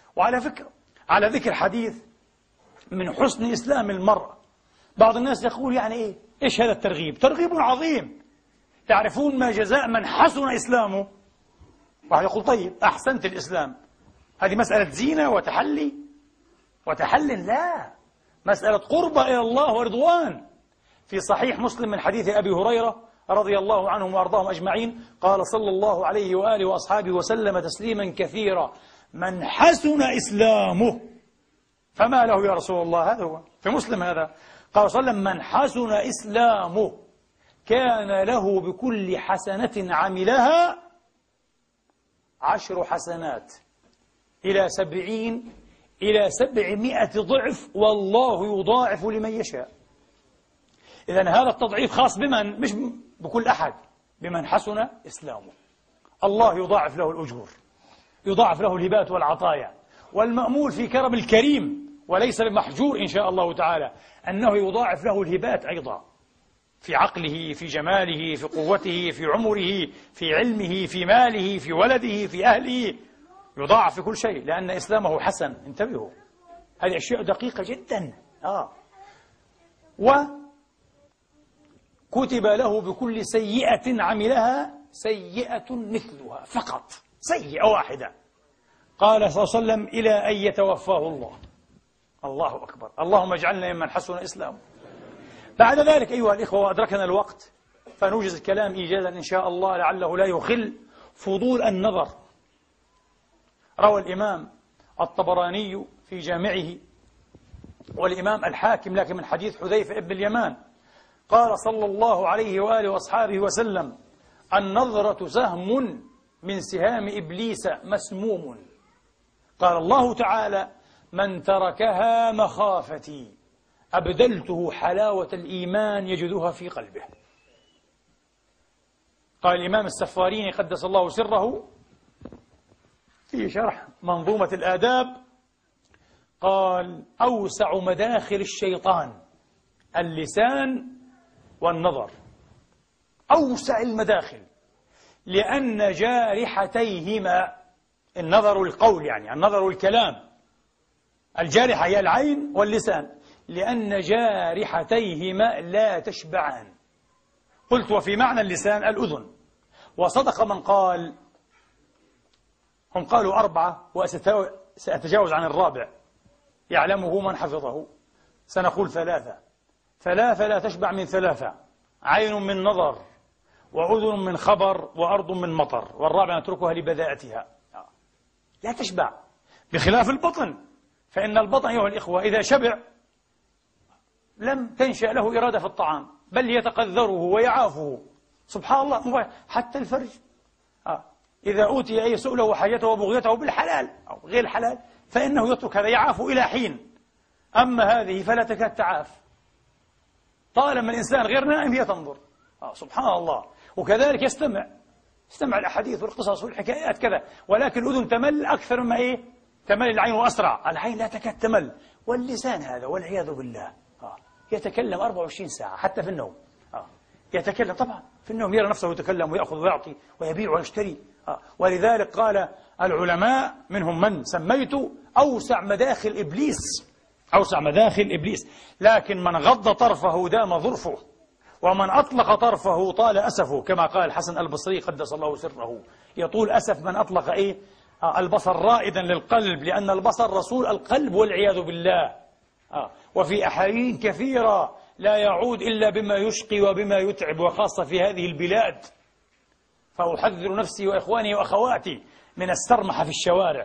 وعلى فكرة، على ذكر حديث من حسن إسلام المرأة، بعض الناس يقول يعني إيه؟ إيش هذا الترغيب؟ ترغيب عظيم. تعرفون ما جزاء من حسن إسلامه؟ واحد يقول طيب أحسنت الإسلام، هذه مسألة زينة وتحلي وتحل؟ لا، مسألة قربة إلى الله ورضوان. في صحيح مسلم من حديث أبي هريرة رضي الله عنهم وأرضاهم أجمعين قال صلى الله عليه وآله وأصحابه وسلم تسليما كثيرا: من حسن إسلامه. فما له يا رسول الله؟ هذا هو في مسلم هذا. قال صلى الله عليه وسلم: من حسن إسلامه كان له بكل حسنة عملها عشر حسنات إلى سبعين إلى سبعمائة ضعف، والله يضاعف لمن يشاء. إذن هذا التضعيف خاص بمن؟ مش بكل أحد، بمن حسن إسلامه. الله يضاعف له الأجور، يضاعف له الهبات والعطايا، والمأمول في كرم الكريم وليس بمحجور إن شاء الله تعالى أنه يضاعف له الهبات أيضا، في عقله، في جماله، في قوته، في عمره، في علمه، في ماله، في ولده، في أهله، يضاعف في كل شيء، لأن إسلامه حسن. انتبهوا، هذه أشياء دقيقة جدا. آه. وكتب له بكل سيئة عملها سيئة مثلها فقط، سيئة واحدة. قال صلى الله عليه وسلم: إلى أن يتوفاه الله. الله أكبر، اللهم اجعلنا ممن حسن إسلامه. بعد ذلك أيها الإخوة، وأدركنا الوقت فنوجز الكلام إيجازا إن شاء الله لعله لا يخل فضول النظر. روى الإمام الطبراني في جامعه والإمام الحاكم لكن من حديث حذيفة ابن اليمان قال صلى الله عليه وآله وأصحابه وسلم: النظرة سهم من سهام إبليس مسموم. قال الله تعالى: من تركها مخافتي أبدلته حلاوة الإيمان يجدها في قلبه. قال الإمام السفاريني قدس الله سره في شرح منظومة الآداب، قال: أوسع مداخل الشيطان اللسان والنظر، أوسع المداخل، لأن جارحتيهما، النظر والقول يعني النظر والكلام، الجارحة هي العين واللسان، لأن جارحتيهما لا تشبعان. قلت: وفي معنى اللسان الأذن. وصدق من قال، هم قالوا أربعة وسأتجاوز عن الرابع، يعلمه من حفظه، سنقول ثلاثة. ثلاثة لا تشبع من ثلاثة: عين من نظر، وأذن من خبر، وأرض من مطر. والرابعة نتركها لبذاءتها، لا تشبع، بخلاف البطن، فإن البطن أيها الإخوة إذا شبع لم تنشأ له إرادة في الطعام، بل يتقذره ويعافه. سبحان الله، حتى الفرج آه. إذا أوتي أي سؤله وحاجته وبغيته بالحلال أو غير الحلال فإنه يترك هذا، يعاف إلى حين. أما هذه فلا تكاد تعاف، طالما الإنسان غير نائم هي تنظر. آه سبحان الله. وكذلك يستمع يستمع الأحاديث والقصص والحكايات كذا، ولكن الأذن تمل أكثر مما إيه؟ تمل العين وأسرع. العين لا تكاد تمل، واللسان هذا والعياذ بالله آه. يتكلم أربعة وعشرين ساعة حتى في النوم آه. يتكلم طبعا في النوم، يرى نفسه يتكلم ويأخذ ويعطي ويبيع ويشتري آه. ولذلك قال العلماء منهم من سميت أوسع مداخل إبليس، أوسع مداخل إبليس. لكن من غض طرفه دام ظرفه، ومن أطلق طرفه طال أسفه، كما قال الحسن البصري قدس الله سره: يطول أسف من أطلق إيه؟ آه البصر رائدا للقلب، لأن البصر رسول القلب والعياذ بالله آه. وفي أحايين كثيرة لا يعود إلا بما يشقي وبما يتعب، وخاصة في هذه البلاد. فأحذر نفسي وإخواني وأخواتي من السرمحة في الشوارع،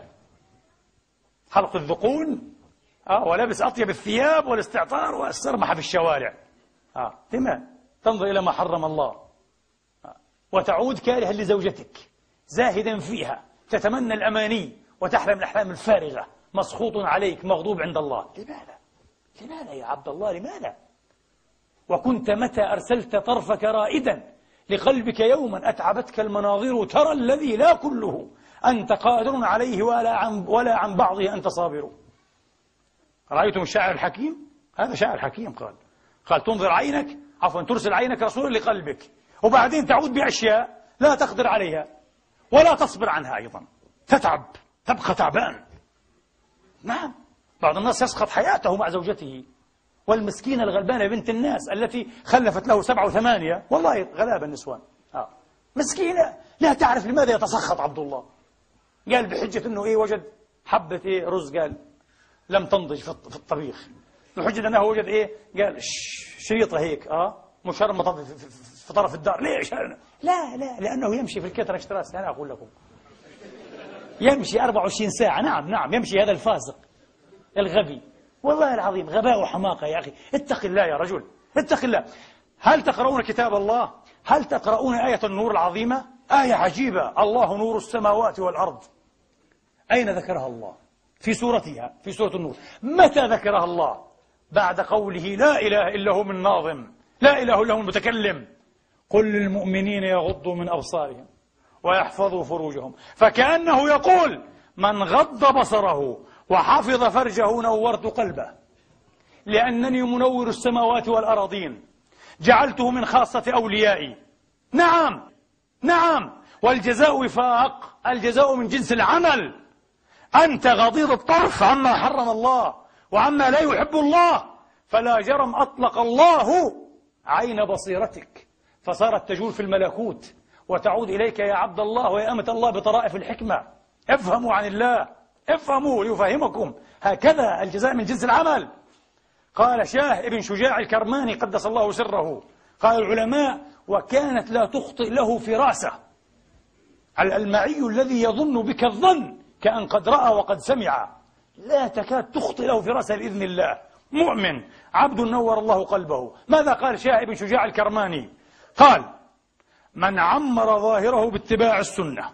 حلق الذقون آه ولبس أطيب الثياب والاستعطار والسرمحة في الشوارع آه. لما تنظر إلى ما حرم الله آه. وتعود كارها لزوجتك، زاهدا فيها، تتمنى الأماني وتحلم الأحلام الفارغة، مسخوط عليك، مغضوب عند الله. لماذا؟ لماذا يا عبد الله؟ لماذا؟ وكنت متى أرسلت طرفك رائدا لقلبك يوما أتعبتك المناظر، ترى الذي لا كله أنت قادر عليه ولا عن, ولا عن بعضه أنت صابر. رأيتم الشاعر الحكيم؟ هذا شاعر حكيم قال قال تنظر عينك، عفوا ترسل عينك رسولا لقلبك، وبعدين تعود بأشياء لا تقدر عليها ولا تصبر عنها أيضا، تتعب، تبقى تعبان نعم، بعض الناس يسقط حياته مع زوجته، والمسكينة الغلبانة بنت الناس التي خلفت له سبعة وثمانية، والله غلابة النسوان، آه. مسكينة لا تعرف لماذا يتسخط عبد الله. قال بحجة أنه إيه وجد حبة إيه رز، قال لم تنضج في الطبيخ، بحجة أنه وجد إيه، قال شريطة هيك آه مشرمطة في, في, في طرف الدار. ليش؟ لا لا لأنه يمشي في الكترة اشتراس. أنا أقول لكم يمشي أربعة وعشرين ساعة. نعم نعم يمشي هذا الفاسق الغبي، والله العظيم غباء وحماقة. يا أخي اتق الله يا رجل، اتق الله. هل تقرؤون كتاب الله؟ هل تقرؤون آية النور العظيمة؟ آية عجيبة، الله نور السماوات والأرض. أين ذكرها الله؟ في سورتها، في سورة النور. متى ذكرها الله؟ بعد قوله لا إله إلا هو من ناظم، لا إله إلا هو المتكلم. قل للمؤمنين يغضوا من أبصارهم ويحفظوا فروجهم. فكأنه يقول من غض بصره وحفظ فرجه نورت قلبه، لأنني منور السماوات والأراضين، جعلته من خاصة أوليائي. نعم نعم، والجزاء وفاق، الجزاء من جنس العمل. أنت غضيض الطرف عما حرم الله وعما لا يحب الله، فلا جرم أطلق الله عين بصيرتك، فصارت تجول في الملكوت وتعود إليك يا عبد الله ويا أمة الله بطرائف الحكمة. افهموا عن الله، افهموا ليفهمكم. هكذا الجزاء من جنس العمل. قال شاه ابن شجاع الكرماني قدس الله سره، قال العلماء وكانت لا تخطئ له فراسة. المعي الذي يظن بك الظن كأن قد رأى وقد سمع، لا تكاد تخطئ له فراسة بإذن الله. مؤمن عبد نور الله قلبه. ماذا قال شاه ابن شجاع الكرماني؟ قال من عمر ظاهره باتباع السنة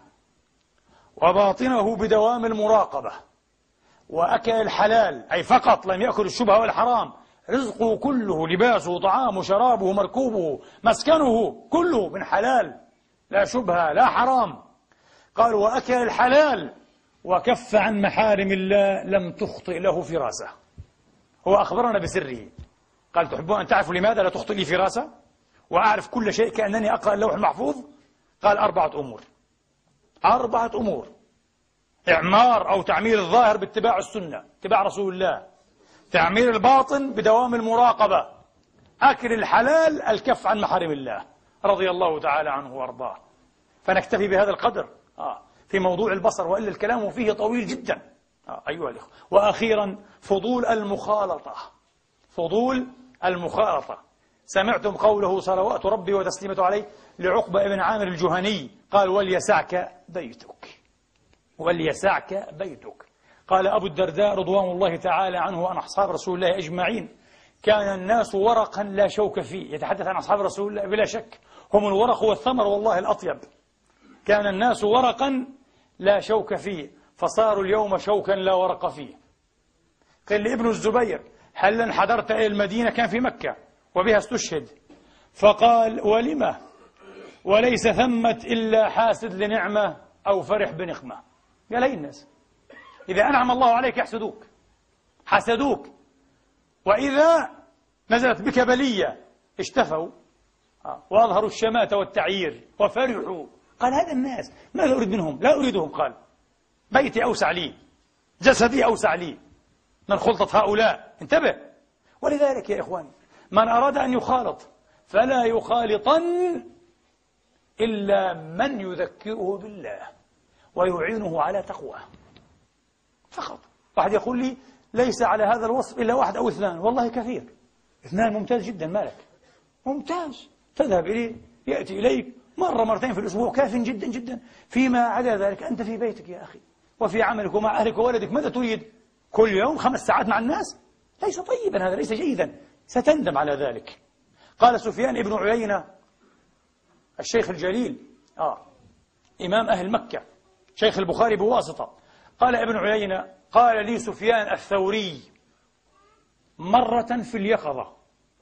وباطنه بدوام المراقبة وأكل الحلال، أي فقط لم يأكل الشبهة والحرام، رزقه كله، لباسه طعامه شرابه مركوبه مسكنه كله من حلال، لا شبهة لا حرام. قال وأكل الحلال وكف عن محارم الله، لم تخطئ له فراسة. هو أخبرنا بسره، قال تحبون أن تعرفوا لماذا لا تخطئ لي فراسة وأعرف كل شيء كأنني أقرأ اللوح المحفوظ؟ قال أربعة أمور. أربعة أمور: إعمار أو تعمير الظاهر باتباع السنة، اتباع رسول الله، تعمير الباطن بدوام المراقبة، أكل الحلال، الكف عن محارم الله، رضي الله تعالى عنه وأرضاه. فنكتفي بهذا القدر آه. في موضوع البصر، وإلا الكلام فيه طويل جدا آه. أيها الأخوة. وأخيرا فضول المخالطة، فضول المخالطة. سمعتم قوله صلوات ربي وتسليمته عليه لعقبة بن عامر الجهني، قال وليسعك بيتك، وليسعك بيتك. قال أبو الدرداء رضوان الله تعالى عنه وعن أصحاب رسول الله أجمعين كان الناس ورقا لا شوك فيه. يتحدث عن أصحاب رسول الله بلا شك، هم الورق والثمر والله الأطيب. كان الناس ورقا لا شوك فيه فصاروا اليوم شوكا لا ورق فيه. قال لابن الزبير هل انحدرت إلى المدينة؟ كان في مكة وبها استشهد، فقال ولما وليس ثمة إلا حاسد لنعمة أو فرح بنقمة. قال هي الناس إذا أنعم الله عليك يحسدوك، حسدوك، وإذا نزلت بك بلية اشتفوا وأظهروا الشماتة والتعيير وفرحوا. قال هذا الناس ماذا أريد منهم؟ لا أريدهم. قال بيتي أوسع لي، جسدي أوسع لي من خلطة هؤلاء. انتبه. ولذلك يا إخواني من أراد أن يخالط فلا يخالطن إلا من يذكره بالله ويعينه على تقواه فقط. واحد يقول لي ليس على هذا الوصف إلا واحد أو اثنان، والله كثير. اثنان ممتاز جدا، مالك ممتاز، تذهب إليه يأتي إليك مرة مرتين في الأسبوع، كاف جدا جدا. فيما عدا ذلك أنت في بيتك يا أخي وفي عملك ومع أهلك وولدك، ماذا تريد؟ كل يوم خمس ساعات مع الناس؟ ليس طيبا، هذا ليس جيدا، ستندم على ذلك. قال سفيان ابن عيينة الشيخ الجليل آه إمام أهل مكة شيخ البخاري بواسطة، قال ابن عيينة قال لي سفيان الثوري مرة في اليقظة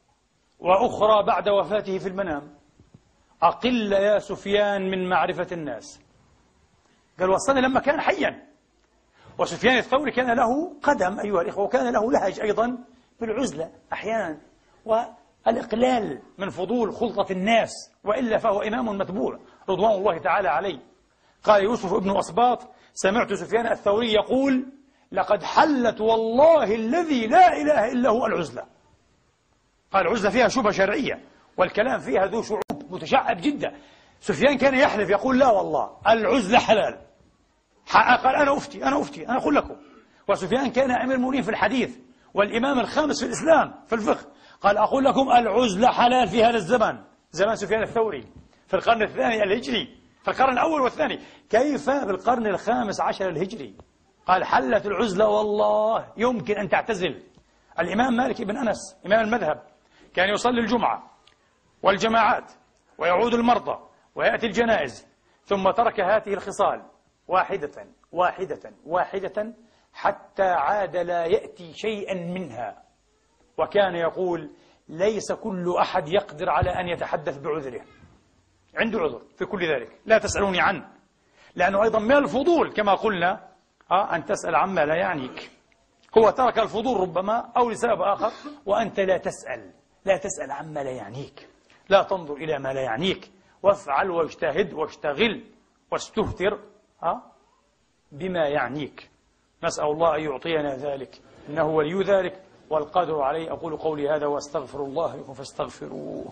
وأخرى بعد وفاته في المنام: أقل يا سفيان من معرفة الناس. قال وصلني لما كان حيا. وسفيان الثوري كان له قدم أيها الإخوة، وكان له لهج أيضا بالعزلة أحيانا والإقلال من فضول خلطة الناس، وإلا فهو إمام متبوع رضوان الله تعالى عليه. قال يوسف ابن أصباط سمعت سفيان الثوري يقول لقد حلت والله الذي لا إله إلا هو العزلة. قال العزلة فيها شبهة شرعية والكلام فيها ذو شعوب متشعب جدا. سفيان كان يحلف يقول لا والله العزلة حلال. قال أنا أفتي أنا أفتي أنا أقول لكم. وسفيان كان أمير المؤمنين في الحديث والإمام الخامس في الإسلام في الفقه. قال أقول لكم العزلة حلال في هذا الزمن، زمان سفيان الثوري في القرن الثاني الهجري، في القرن الأول والثاني، كيف في القرن الخامس عشر الهجري؟ قال حلت العزلة والله يمكن أن تعتزل. الإمام مالك بن أنس إمام المذهب كان يصلي الجمعة والجماعات ويعود المرضى ويأتي الجنائز، ثم ترك هذه الخصال واحدة واحدة واحدة حتى عاد لا يأتي شيئا منها. وكان يقول ليس كل أحد يقدر على أن يتحدث بعذره، عنده عذر في كل ذلك، لا تسألوني عنه، لأنه أيضا من الفضول كما قلنا آه أن تسأل عما لا يعنيك. هو ترك الفضول ربما أو لسبب آخر، وأنت لا تسأل، لا تسأل عما لا يعنيك، لا تنظر إلى ما لا يعنيك، وافعل واجتهد واشتغل واستهتر آه بما يعنيك. نسأل الله أن يعطينا ذلك، إنه ولي ذلك والقادر عليه. أقول قولي هذا وأستغفر الله لكم فاستغفروه.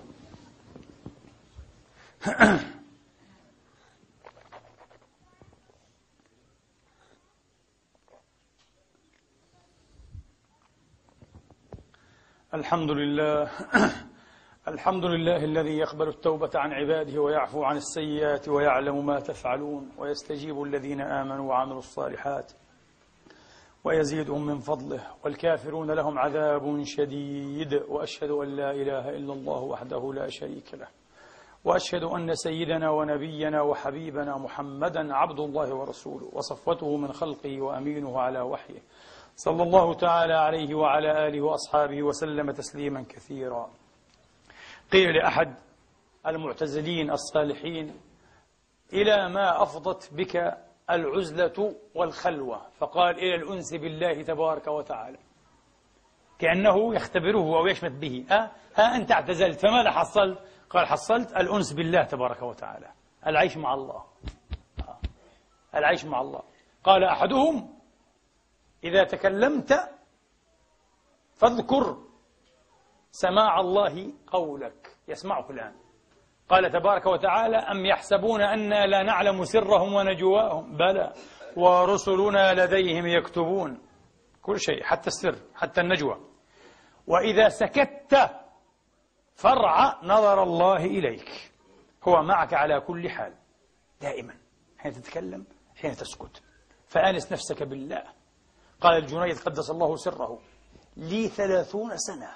الحمد لله الحمد لله الذي يقبل التوبة عن عباده ويعفو عن السيئات ويعلم ما تفعلون ويستجيب الذين آمنوا وعملوا الصالحات ويزيدهم من فضله، والكافرون لهم عذاب شديد. وأشهد أن لا إله إلا الله وحده لا شريك له، وأشهد أن سيدنا ونبينا وحبيبنا محمدا عبد الله ورسوله وصفوته من خلقه وأمينه على وحيه، صلى الله تعالى عليه وعلى آله وأصحابه وسلم تسليما كثيرا. قيل لأحد المعتزلين الصالحين إلى ما أفضت بك العزلة والخلوة؟ فقال إلى الأنس بالله تبارك وتعالى، كأنه يختبره أو يشمت به. أه؟ ها أنت اعتزلت فماذا حصلت؟ قال حصلت الأنس بالله تبارك وتعالى، العيش مع الله. أه؟ العيش مع الله. قال أحدهم إذا تكلمت فاذكر سماع الله قولك، يسمعك الآن. قال تبارك وتعالى أم يحسبون أنا لا نعلم سرهم ونجواهم بلى ورسلنا لديهم يكتبون. كل شيء، حتى السر، حتى النجوى. وإذا سكت فارع نظر الله إليك، هو معك على كل حال دائما، حين تتكلم حين تسكت، فآنس نفسك بالله. قال الجنيد قدس الله سره لي ثلاثون سنة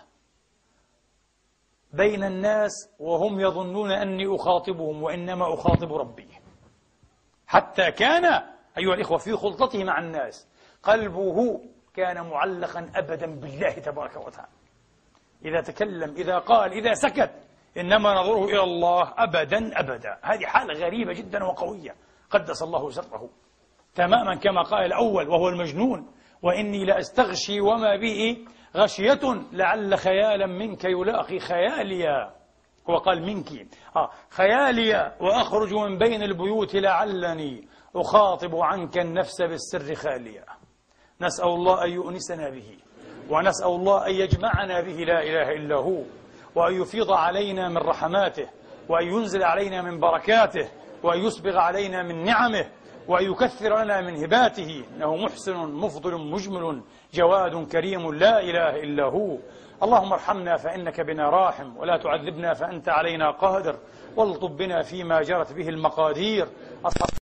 بين الناس وهم يظنون أني أخاطبهم وإنما أخاطب ربي. حتى كان أيها الإخوة في خلطته مع الناس قلبه كان معلقا أبدا بالله تبارك وتعالى. إذا تكلم، إذا قال، إذا سكت، إنما نظره إلى الله أبدا أبدا. هذه حالة غريبة جدا وقوية، قدس الله سره، تماما كما قال الأول وهو المجنون وإني لأستغشي وما به غشية لعل خيالا منك يلاقي خياليا. هو قال منك آه خياليا وأخرج من بين البيوت لعلني أخاطب عنك النفس بالسر خاليا. نسأل الله أن يؤنسنا به، ونسأل الله أن يجمعنا به لا إله إلا هو، وأن يفيض علينا من رحماته، وأن ينزل علينا من بركاته، وأن يسبغ علينا من نعمه، وأن يكثر لنا من هباته، إنه محسن مفضل مجمل جواد كريم لا إله إلا هو. اللهم ارحمنا فإنك بنا راحم، ولا تعذبنا فأنت علينا قادر، والطب بنا فيما جرت به المقادير.